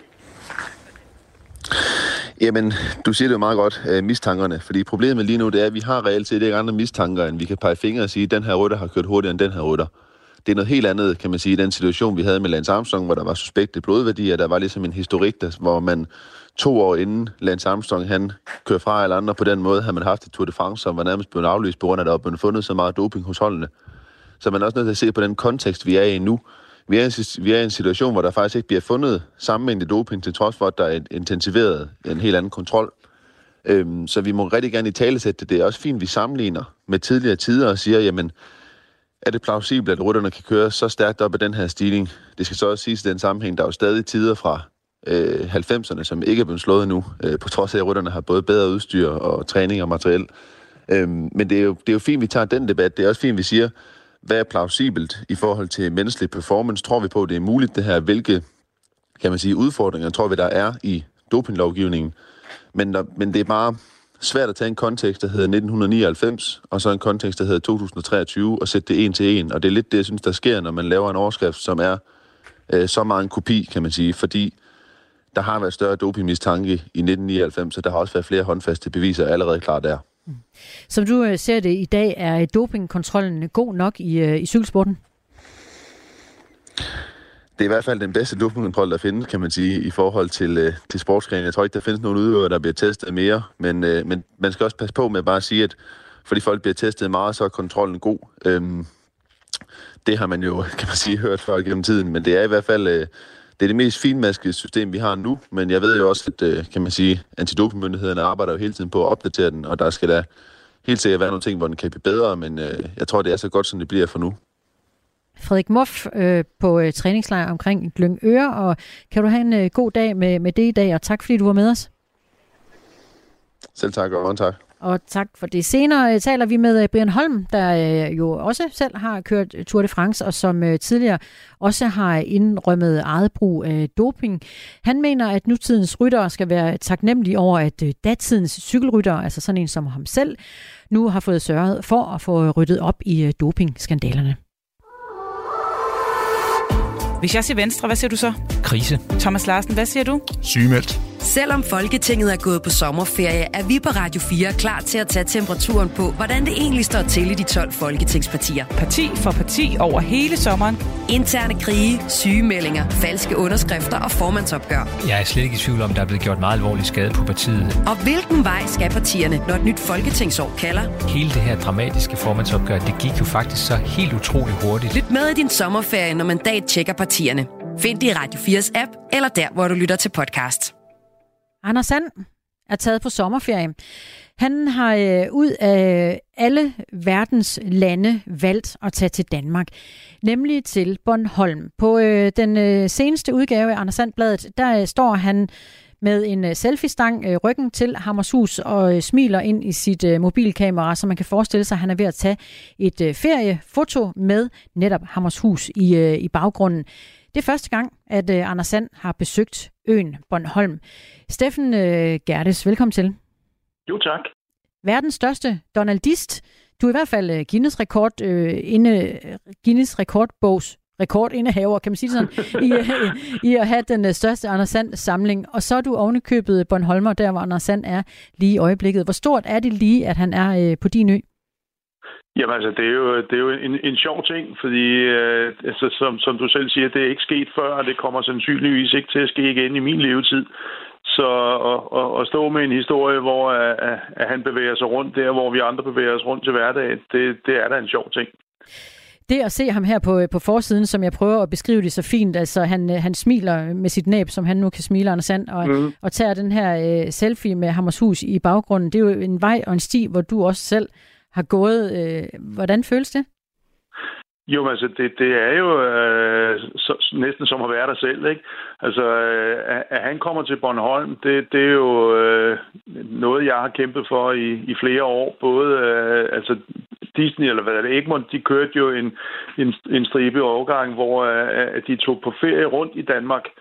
Jamen, du siger det jo meget godt, mistankerne. Fordi problemet lige nu, det er, at vi har reelt set ikke andre mistanker, end vi kan pege fingre og sige, at den her rytter har kørt hurtigere end den her rytter. Det er noget helt andet, kan man sige, i den situation, vi havde med Lance Armstrong, hvor der var suspekte blodværdier. Der var ligesom en historik, hvor man 2 år inden Lance Armstrong, han kører fra alle andre på den måde, havde man haft et Tour de France, som var nærmest blevet aflyst på grund af, at der var blevet fundet så meget doping hos holdene. Så man er også nødt til at se på den kontekst, vi er i nu. Vi er i en situation, hvor der faktisk ikke bliver fundet sammenhængende doping, til trods for, at der er intensiveret en helt anden kontrol. Så vi må rigtig gerne i talesætte det. Det er også fint, vi sammenligner med tidligere tider og siger, jamen, er det plausibelt, at rytterne kan køre så stærkt op ad den her stigning? Det skal så også siges i den sammenhæng, der er jo stadig tider fra 90'erne, som ikke er blevet slået endnu, på trods af, at rytterne har både bedre udstyr og træning og materiel. Men det er jo fint, vi tager den debat. Det er også fint, vi siger, hvad er plausibelt i forhold til menneskelig performance? Tror vi på, at det er muligt det her? Hvilke, kan man sige, udfordringer tror vi, der er i dopinglovgivningen? Men det er bare svært at tage en kontekst, der hedder 1999, og så en kontekst, der hedder 2023, og sætte det en til en. Og det er lidt det, jeg synes, der sker, når man laver en overskrift, som er så meget en kopi, kan man sige, fordi der har været større dopingmistanke i 1999, og der har også været flere håndfaste beviser allerede klar der. Som du ser det i dag, er dopingkontrollen god nok i cykelsporten? Det er i hvert fald den bedste dopingkontrol, der findes, kan man sige, i forhold til sportsgrenen. Jeg tror ikke, der findes nogen udøvere, der bliver testet mere, men man skal også passe på med bare at sige, at fordi folk bliver testet meget, så er kontrollen god. Det har man jo, kan man sige, hørt før gennem tiden, men det er i hvert fald det er det mest finmaskede system, vi har nu, men jeg ved jo også, at kan man sige, antidopingmyndighederne arbejder jo hele tiden på at opdatere den, og der skal da helt sikkert være nogle ting, hvor den kan blive bedre, men jeg tror, det er så godt, som det bliver for nu. Frederik Muff på træningslejr omkring Glyngøre, og kan du have en god dag med det i dag, og tak fordi du var med os. Selv tak, og mange tak. Og tak for det. Senere taler vi med Brian Holm, der jo også selv har kørt Tour de France, og som tidligere også har indrømmet eget brug af doping. Han mener, at nutidens ryttere skal være taknemmelige over, at datidens cykelryttere, altså sådan en som ham selv, nu har fået sørget for at få ryddet op i dopingskandalerne. Hvis jeg siger Venstre, hvad siger du så? Krise. Thomas Larsen, hvad siger du? Sygemeldt. Selvom Folketinget er gået på sommerferie, er vi på Radio 4 klar til at tage temperaturen på, hvordan det egentlig står til i de 12 folketingspartier. Parti for parti over hele sommeren. Interne krige, sygemeldinger, falske underskrifter og formandsopgør. Jeg er slet ikke i tvivl om, der er blevet gjort meget alvorlig skade på partiet. Og hvilken vej skal partierne, når et nyt folketingsår kalder? Hele det her dramatiske formandsopgør, det gik jo faktisk så helt utroligt hurtigt. Lyt med i din sommerferie, når Mandat tjekker partierne. Find det i Radio 4's app, eller der, hvor du lytter til podcast. Anders Sand er taget på sommerferie. Han har ud af alle verdens lande valgt at tage til Danmark, nemlig til Bornholm. På den seneste udgave af Anders Sand-bladet, der står han med en selfie-stang ryggen til Hammershus og smiler ind i sit mobilkamera, så man kan forestille sig, at han er ved at tage et feriefoto med netop Hammershus i baggrunden. Det er første gang, at Anders Sand har besøgt øen Bornholm. Steffen Gerdes, velkommen til. Jo, tak. Verdens største donaldist. Du er i hvert fald Guinness rekordbogs rekordindehaver, kan man sige sådan, i at have den største Anders Sand-samling. Og så er du ovenikøbet Bornholmer, der hvor Anders Sand er lige i øjeblikket. Hvor stort er det lige, at han er på din ø? Jamen altså, det er jo en sjov ting, fordi altså, som du selv siger, det er ikke sket før, og det kommer sandsynligvis ikke til at ske igen i min levetid. Så at stå med en historie, hvor at han bevæger sig rundt der, hvor vi andre bevæger os rundt til hverdag, det er da en sjov ting. Det at se ham her på forsiden, som jeg prøver at beskrive det så fint, altså han smiler med sit næb, som han nu kan smile, Anders Sand, og tager den her selfie med Hammershus i baggrunden. Det er jo en vej og en sti, hvor du også selv har gået. Hvordan føles det? Jo, altså det er jo næsten som at være der selv, ikke? Altså, at han kommer til Bornholm, det er jo noget, jeg har kæmpet for i flere år. Både altså Disney, eller hvad er det, Egmont, de kørte jo en stribe overgang, hvor de tog på ferie rundt i Danmark.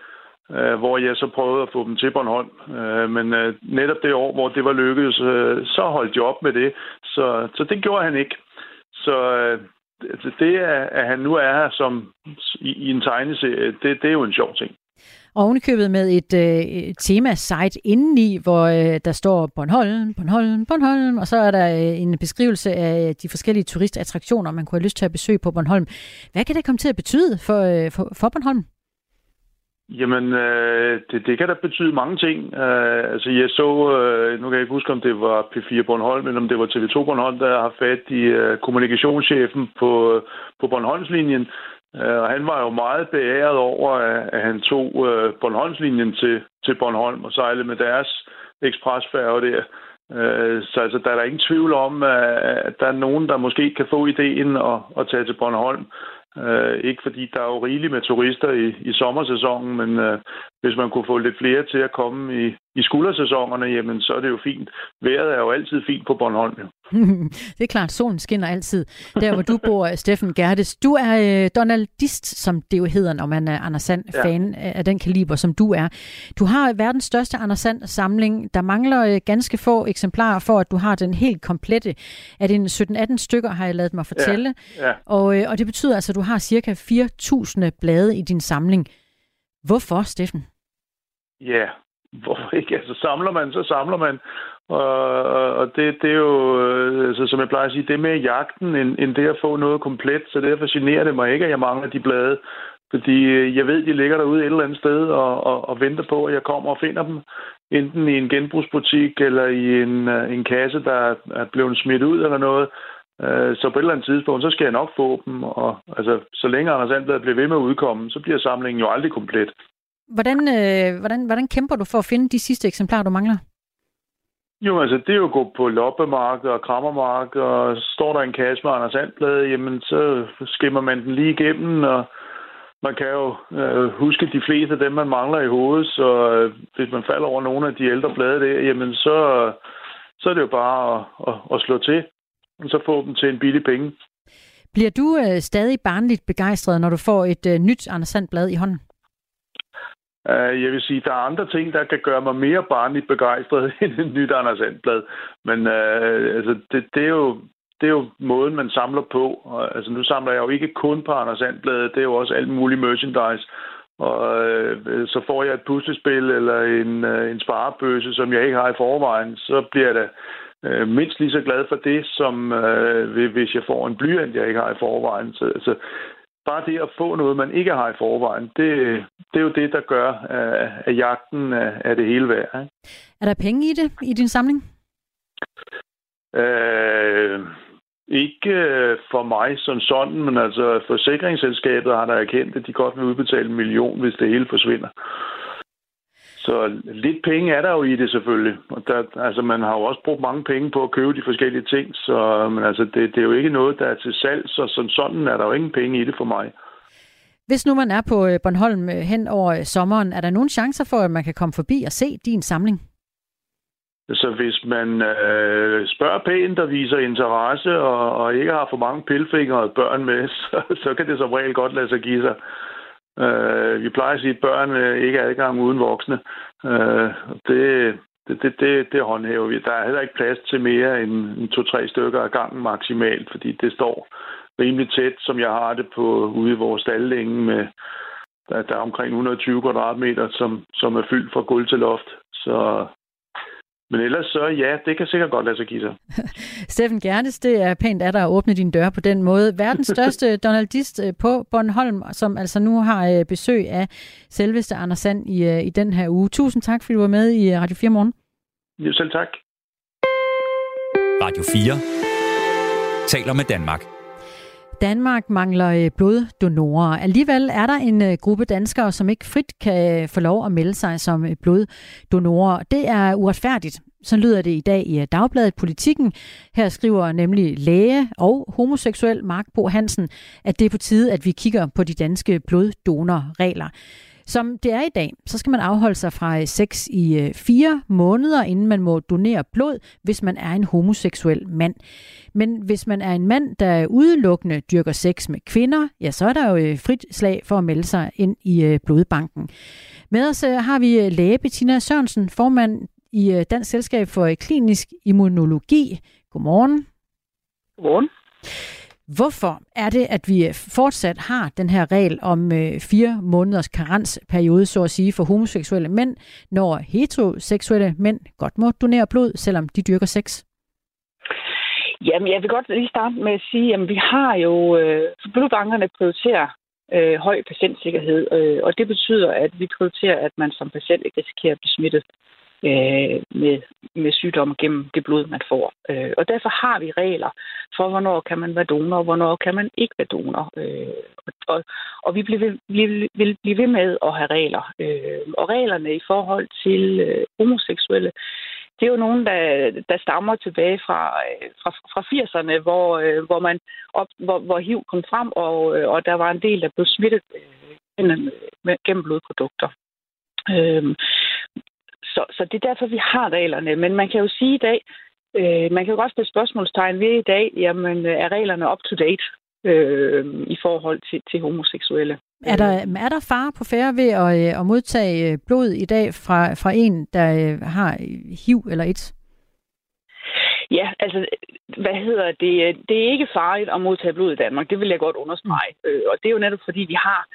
hvor jeg så prøvede at få dem til Bornholm. Men netop det år, hvor det var lykkedes, så holdt de op med det. Så det gjorde han ikke. Så det, at han nu er her som i en tegneserie, det er jo en sjov ting. Og ovenikøbet med et tema-site indeni, hvor der står Bornholm, Bornholm, Bornholm, og så er der en beskrivelse af de forskellige turistattraktioner, man kunne have lyst til at besøge på Bornholm. Hvad kan det komme til at betyde for Bornholm? Jamen, det kan da betyde mange ting. Altså, jeg så, nu kan jeg ikke huske, om det var P4 Bornholm, eller om det var TV2 Bornholm, der har fat i kommunikationschefen på Bornholmslinjen. Og han var jo meget beæret over, at han tog Bornholmslinjen til Bornholm og sejlede med deres ekspresfærge der. Så altså, der er der ingen tvivl om, at der er nogen, der måske kan få ideen at tage til Bornholm. Ikke fordi der er jo rigeligt med turister i sommersæsonen, men hvis man kunne få lidt flere til at komme i skuldersæsonerne, jamen så er det jo fint. Vejret er jo altid fint på Bornholm. Ja. Det er klart, solen skinner altid. Der hvor du bor, Steffen Gerdes. Du er donaldist, som det jo hedder, når man er Anders Sand-fan af den kaliber, som du er. Du har verdens største Anders Sand-samling. Der mangler ganske få eksemplarer for, at du har den helt komplette. Er det 17-18 stykker, har jeg ladet mig fortælle. Ja. Og det betyder altså, at du har cirka 4.000 blade i din samling. Hvorfor, Steffen? Ja, hvorfor ikke? Altså samler man, så samler man. Og det er jo, altså, som jeg plejer at sige, det er mere jagten, end det at få noget komplet. Så derfor generer det mig ikke, at jeg mangler de blade. Fordi jeg ved, de ligger derude et eller andet sted og venter på, at jeg kommer og finder dem. Enten i en genbrugsbutik eller i en kasse, der er blevet smidt ud eller noget. Så på et eller andet tidspunkt, så skal jeg nok få dem. Og altså, så længe Anders Sandblad bliver ved med at udkomme, så bliver samlingen jo aldrig komplet. Hvordan kæmper du for at finde de sidste eksemplarer, du mangler? Jo, altså det er jo at gå på loppemarked og krammermarked, og står der en kasse med Anders Sandblad, jamen så skimmer man den lige igennem, og man kan jo huske de fleste af dem, man mangler i hovedet, så hvis man falder over nogle af de ældre blade der, jamen så er det jo bare at slå til, og så få dem til en billig penge. Bliver du stadig barnligt begejstret, når du får et nyt Anders Sandblad i hånden? Jeg vil sige, der er andre ting, der kan gøre mig mere barnligt begejstret end et nyt Anders Sandblad. Men altså, det er jo måden, man samler på. Og, altså, nu samler jeg jo ikke kun på Anders Sandbladet, det er jo også alt muligt merchandise. Og så får jeg et puslespil eller en sparebøsse, som jeg ikke har i forvejen, så bliver jeg da mindst lige så glad for det, som hvis jeg får en blyant, jeg ikke har i forvejen. Så altså, bare det at få noget, man ikke har i forvejen, det er jo det, der gør, at jagten er det hele værd. Ikke? Er der penge i det, i din samling? Ikke for mig som sådan, men altså forsikringsselskabet har der erkendt, at de godt vil udbetale 1 million, hvis det hele forsvinder. Så lidt penge er der jo i det selvfølgelig. Og altså, man har jo også brugt mange penge på at købe de forskellige ting, så men altså, det er jo ikke noget, der er til salg, så som sådan er der jo ingen penge i det for mig. Hvis nu man er på Bornholm hen over sommeren, er der nogle chancer for, at man kan komme forbi og se din samling? Så hvis man spørger pænt og viser interesse og ikke har for mange pilfingre og børn med, så kan det som regel godt lade sig give sig. Vi plejer at sige, at børn ikke er adgang uden voksne. Det håndhæver vi. Der er heller ikke plads til mere end 2-3 stykker af gangen maksimalt, fordi det står rimelig tæt, som jeg har det på ude i vores staldlænge med der er omkring 120 kvadratmeter, som er fyldt fra gulv til loft. Så men ellers så, ja, det kan sikkert godt lade sig give sig. Steffen Gerdes, det er pænt af dig at åbne dine døre på den måde. Verdens største donaldist på Bornholm, som altså nu har besøg af selveste Anders Sand i den her uge. Tusind tak, fordi du var med i Radio 4 Morgen. Jo, selv tak. Radio 4 taler med Danmark. Danmark mangler bloddonorer. Alligevel er der en gruppe danskere, som ikke frit kan få lov at melde sig som bloddonorer. Det er uretfærdigt. Så lyder det i dag i Dagbladet Politikken. Her skriver nemlig læge og homoseksuel Mark Bo Hansen, at det er på tide, at vi kigger på de danske bloddonorregler. Som det er i dag, så skal man afholde sig fra sex i 4 måneder, inden man må donere blod, hvis man er en homoseksuel mand. Men hvis man er en mand, der udelukkende dyrker sex med kvinder, ja, så er der jo frit slag for at melde sig ind i blodbanken. Med os har vi læge Bettina Sørensen, formand i Dansk Selskab for Klinisk Immunologi. Godmorgen. Godmorgen. Hvorfor er det, at vi fortsat har den her regel om 4 måneders karensperiode, så at sige, for homoseksuelle mænd, når heteroseksuelle mænd godt må donere blod, selvom de dyrker sex? Jamen, jeg vil godt lige starte med at sige, at vi har jo blodbankerne prioriterer høj patientsikkerhed, og det betyder, at vi prioriterer, at man som patient ikke risikerer at blive smittet med sygdomme gennem det blod, man får. Og derfor har vi regler for, hvornår kan man være donor, og hvornår kan man ikke være donor. Og vi vil blive ved med at have regler. Og reglerne i forhold til homoseksuelle, det er jo nogen, der stammer tilbage fra 80'erne, hvor HIV kom frem, og der var en del, der blev smittet gennem blodprodukter. Så det er derfor, vi har reglerne. Men man kan jo sige i dag, man kan jo godt stille spørgsmålstegn ved i dag, jamen er reglerne up to date i forhold til homoseksuelle? Er der fare på færre ved at modtage blod i dag fra en, der har HIV eller AIDS? Ja, altså, det er ikke farligt at modtage blod i Danmark. Det vil jeg godt understrege. Og det er jo netop fordi, vi har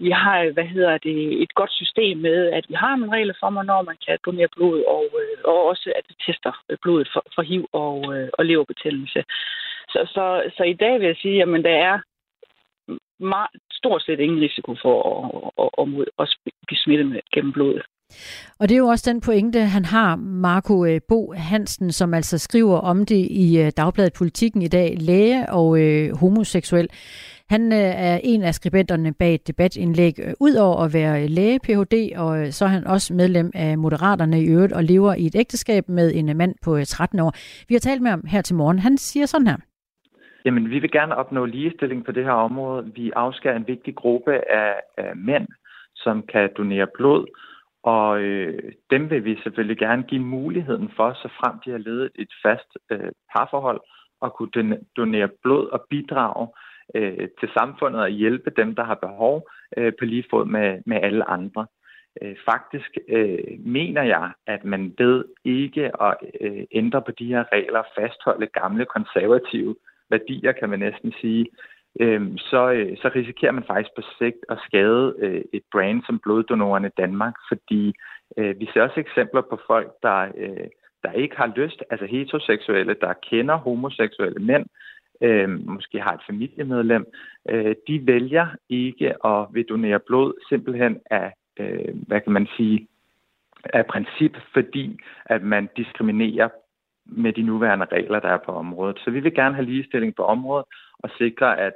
et godt system med, at vi har nogle regler for, hvornår man kan donere blod, og også at vi tester blodet for HIV og leverbetændelse. Så i dag vil jeg sige, at der er stort set ingen risiko for at blive smittet gennem blodet. Og det er jo også den pointe, han har, Marco Bo Hansen, som altså skriver om det i Dagbladet Politikken i dag, læge og homoseksuel. Han er en af skribenterne bag et debatindlæg. Udover at være læge, Ph.D., og så er han også medlem af Moderaterne i øvrigt og lever i et ægteskab med en mand på 13 år. Vi har talt med ham her til morgen. Han siger sådan her. Jamen, vi vil gerne opnå ligestilling på det her område. Vi afskærer en vigtig gruppe af mænd, som kan donere blod, og dem vil vi selvfølgelig gerne give muligheden for, så frem de har levet et fast parforhold, og kunne donere blod og bidrage til samfundet og hjælpe dem, der har behov på lige fod med alle andre. Faktisk mener jeg, at man ved ikke at ændre på de her regler, fastholde gamle konservative værdier, kan man næsten sige, så risikerer man faktisk på sigt at skade et brand som bloddonorerne Danmark, fordi vi ser også eksempler på folk, der ikke har lyst, altså heteroseksuelle, der kender homoseksuelle mænd, måske har et familiemedlem, de vælger ikke at vil donere blod simpelthen af, af princip, fordi at man diskriminerer med de nuværende regler, der er på området. Så vi vil gerne have ligestilling på området og sikre, at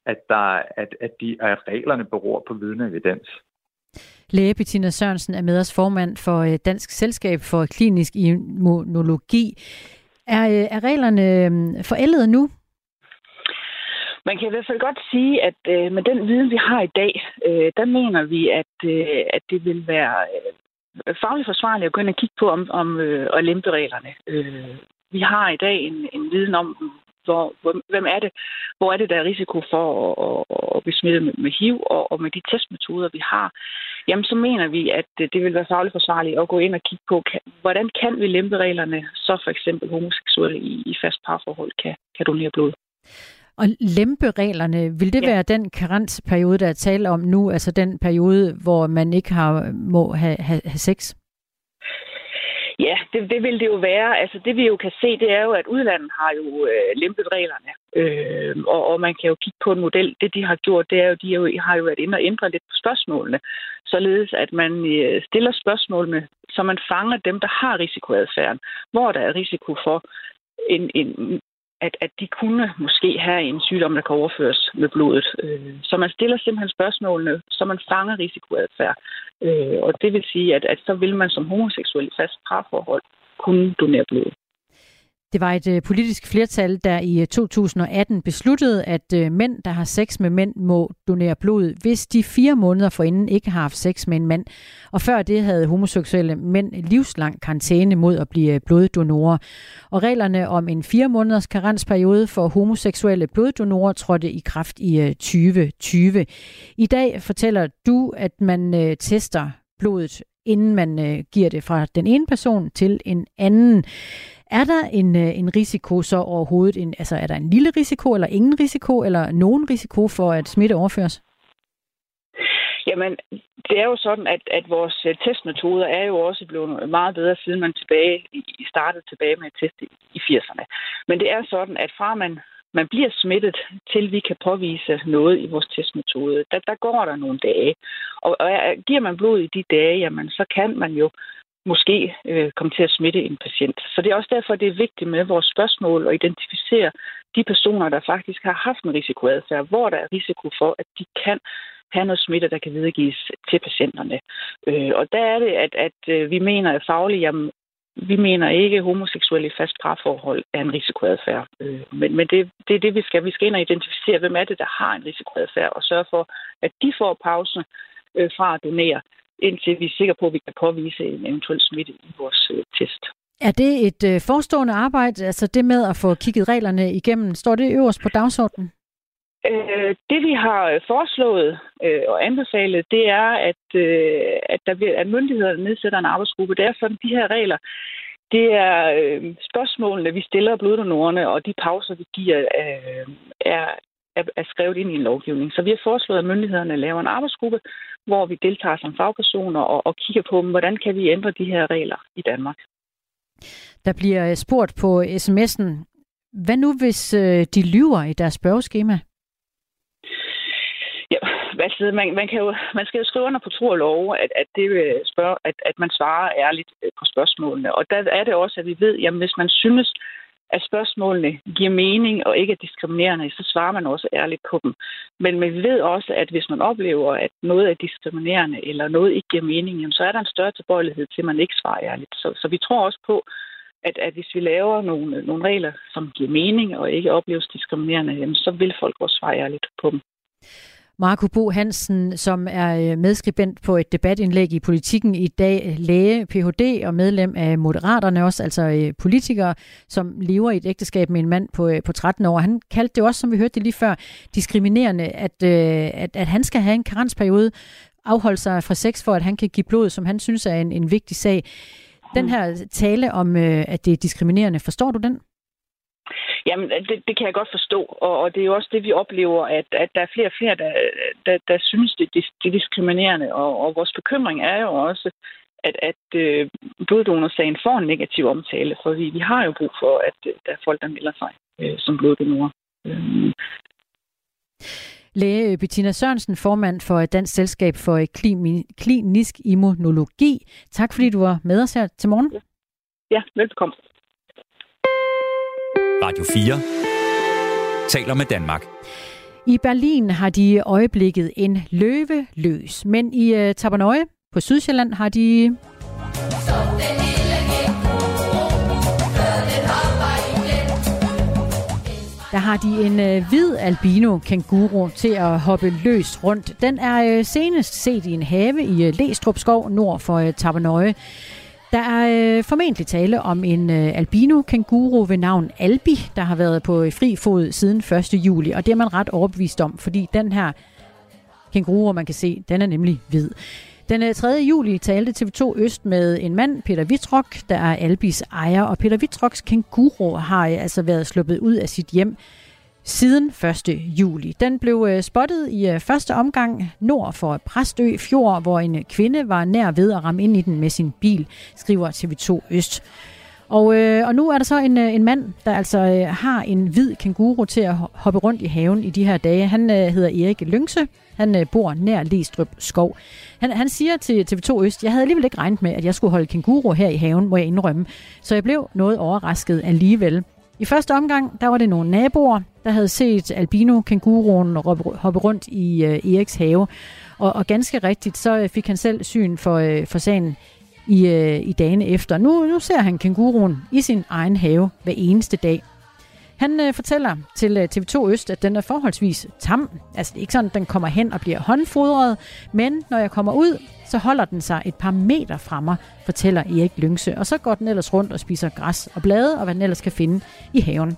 reglerne beror på viden og evidens. Læge Bettina Sørensen er med os, formand for Dansk Selskab for Klinisk Immunologi. Er reglerne forældet nu? Man kan i hvert fald godt sige, at med den viden, vi har i dag, der mener vi, at det vil være fagligt forsvarligt at gå ind og kigge på om at lempe reglerne. Vi har i dag en viden om, hvor er det, der er risiko for at blive smittet med HIV, og med de testmetoder, vi har, jamen så mener vi, at det vil være fagligt forsvarligt at gå ind og kigge på, hvordan kan vi lempe reglerne, så for eksempel homoseksuelle i fast parforhold kan donere blod. Og lempe reglerne, vil det være den karensperiode, der er tale om nu, altså den periode, hvor man ikke må have sex? Ja, det vil det jo være. Altså det vi jo kan se, det er jo, at udlandet har jo lempet reglerne. Og man kan jo kigge på en model. Det de har gjort, det er jo, har jo været inde og ændre lidt på spørgsmålene. Således at man stiller spørgsmålene, så man fanger dem, der har risikoadfærden. Hvor der er risiko for at de kunne måske have en sygdom, der kan overføres med blodet. Så man stiller simpelthen spørgsmålene, så man fanger risikoadfærd. Og det vil sige, at så vil man som homoseksuel i fast parforhold kunne donere blod. Det var et politisk flertal, der i 2018 besluttede, at mænd, der har sex med mænd, må donere blod, hvis de 4 måneder forinden ikke har haft sex med en mand. Og før det havde homoseksuelle mænd livslang karantæne mod at blive bloddonorer. Og reglerne om en 4 måneders karensperiode for homoseksuelle bloddonorer trådte i kraft i 2020. I dag fortæller du, at man tester blodet, inden man giver det fra den ene person til en anden. Er der en risiko så overhovedet? Er der en lille risiko, eller ingen risiko, eller nogen risiko for, at smitte overføres? Jamen, det er jo sådan, at vores testmetoder er jo også blevet meget bedre, siden man startede tilbage med at teste i 80'erne. Men det er sådan, at fra man bliver smittet, til vi kan påvise noget i vores testmetode, der går der nogle dage. Og giver man blod i de dage, jamen, så kan man jo måske komme til at smitte en patient. Så det er også derfor, det er vigtigt med vores spørgsmål at identificere de personer, der faktisk har haft en risikoadfærd, hvor der er risiko for, at de kan have noget smitte, der kan videregives til patienterne. Og der er det, at vi mener fagligt, jamen, vi mener ikke, at homoseksuelle i fast parforhold er en risikoadfærd. Men det er det, vi skal. Vi skal ind og identificere, hvem er det, der har en risikoadfærd, og sørge for, at de får pause fra at donere, indtil vi er sikre på, at vi kan påvise en eventuel smitte i vores test. Er det et forestående arbejde, altså det med at få kigget reglerne igennem? Står det øverst på dagsordenen? Det vi har foreslået og anbefalet, det er, at myndighederne nedsætter en arbejdsgruppe. Det er sådan, de her regler, det er spørgsmålene, vi stiller bloddonorerne, og de pauser, vi giver, er skrevet ind i en lovgivning. Så vi har foreslået, at myndighederne laver en arbejdsgruppe, hvor vi deltager som fagpersoner og kigger på, hvordan kan vi ændre de her regler i Danmark. Der bliver spurgt på sms'en, hvad nu hvis de lyver i deres spørgeskema? Ja, altså, man skal jo skrive under på tro og love, at man svarer ærligt på spørgsmålene. Og der er det også, at vi ved, at hvis man synes, at spørgsmålene giver mening og ikke er diskriminerende, så svarer man også ærligt på dem. Men vi ved også, at hvis man oplever, at noget er diskriminerende eller noget ikke giver mening, jamen, så er der en større tilbøjelighed til, at man ikke svarer ærligt. Så vi tror også på, at hvis vi laver nogle regler, som giver mening og ikke opleves diskriminerende, jamen, så vil folk også svare ærligt på dem. Marco Bo Hansen, som er medskribent på et debatindlæg i Politikken i dag, læge, Ph.D. og medlem af Moderaterne også, altså politiker, som lever i et ægteskab med en mand på 13 år. Han kaldte det også, som vi hørte det lige før, diskriminerende, at han skal have en karensperiode, afholde sig fra sex for, at han kan give blod, som han synes er en vigtig sag. Den her tale om, at det er diskriminerende, forstår du den? Jamen, det kan jeg godt forstå, og det er jo også det, vi oplever, at der er flere og flere, der synes, det er diskriminerende, og vores bekymring er jo også, at bloddonorsagen får en negativ omtale, for vi har jo brug for, at der er folk, der melder sig som bloddonorer. Læge Bettina Sørensen, formand for Dansk Selskab for Klinisk Immunologi. Tak fordi du var med os her til morgen. Ja, velkommen. Radio 4 taler med Danmark. I Berlin har de i øjeblikket en løve løs, men i Tappernøje på Sydsjælland har de... Der har de en hvid albino kænguru til at hoppe løst rundt. Den er senest set i en have i Læstrup Skov nord for Tappernøje. Der er formentlig tale om en albino kænguru ved navn Albi, der har været på fri fod siden 1. juli, og det er man ret overbevist om, fordi den her kænguru, man kan se, den er nemlig hvid. Den 3. juli talte TV2 Øst med en mand, Peter Wittrock, der er Albis ejer, og Peter Wittrocks kænguru har altså været sluppet ud af sit hjem siden 1. juli. Den blev spottet i første omgang nord for Præstø Fjord, hvor en kvinde var nær ved at ramme ind i den med sin bil, skriver TV2 Øst. Og nu er der så en mand, der altså har en hvid kænguru til at hoppe rundt i haven i de her dage. Han hedder Erik Lyngse. Han bor nær Læstrup Skov. Han siger til TV2 Øst, jeg havde alligevel ikke regnet med, at jeg skulle holde kænguru her i haven, må jeg indrømme. Så jeg blev noget overrasket alligevel. I første omgang, der var det nogle naboer, der havde set albino-kænguruen hoppe rundt i Eriks have. Og ganske rigtigt, så fik han selv syn for sagen i dagene efter. Nu ser han kænguruen i sin egen have hver eneste dag. Han fortæller til TV2 Øst, at den er forholdsvis tam. Altså det er ikke sådan, at den kommer hen og bliver håndfodret, men når jeg kommer ud, så holder den sig et par meter fra mig, fortæller Erik Lyngse. Og så går den ellers rundt og spiser græs og blade, og hvad den ellers kan finde i haven.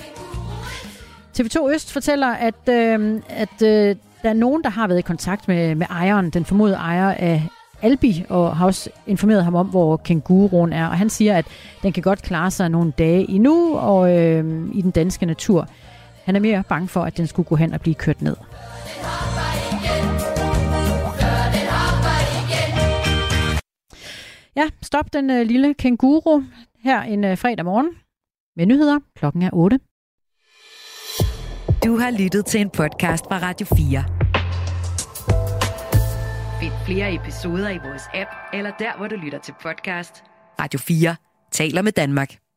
TV2 Øst fortæller, at der er nogen, der har været i kontakt med ejeren, den formodede ejer af Albi, og har også informeret ham om, hvor kænguruen er. Og han siger, at den kan godt klare sig nogle dage endnu og i den danske natur. Han er mere bange for, at den skulle gå hen og blive kørt ned. Ja, stop den lille kænguru her en fredag morgen med nyheder. Klokken er 8. Du har lyttet til en podcast fra Radio 4. Find flere episoder i vores app, eller der, hvor du lytter til podcast. Radio 4 taler med Danmark.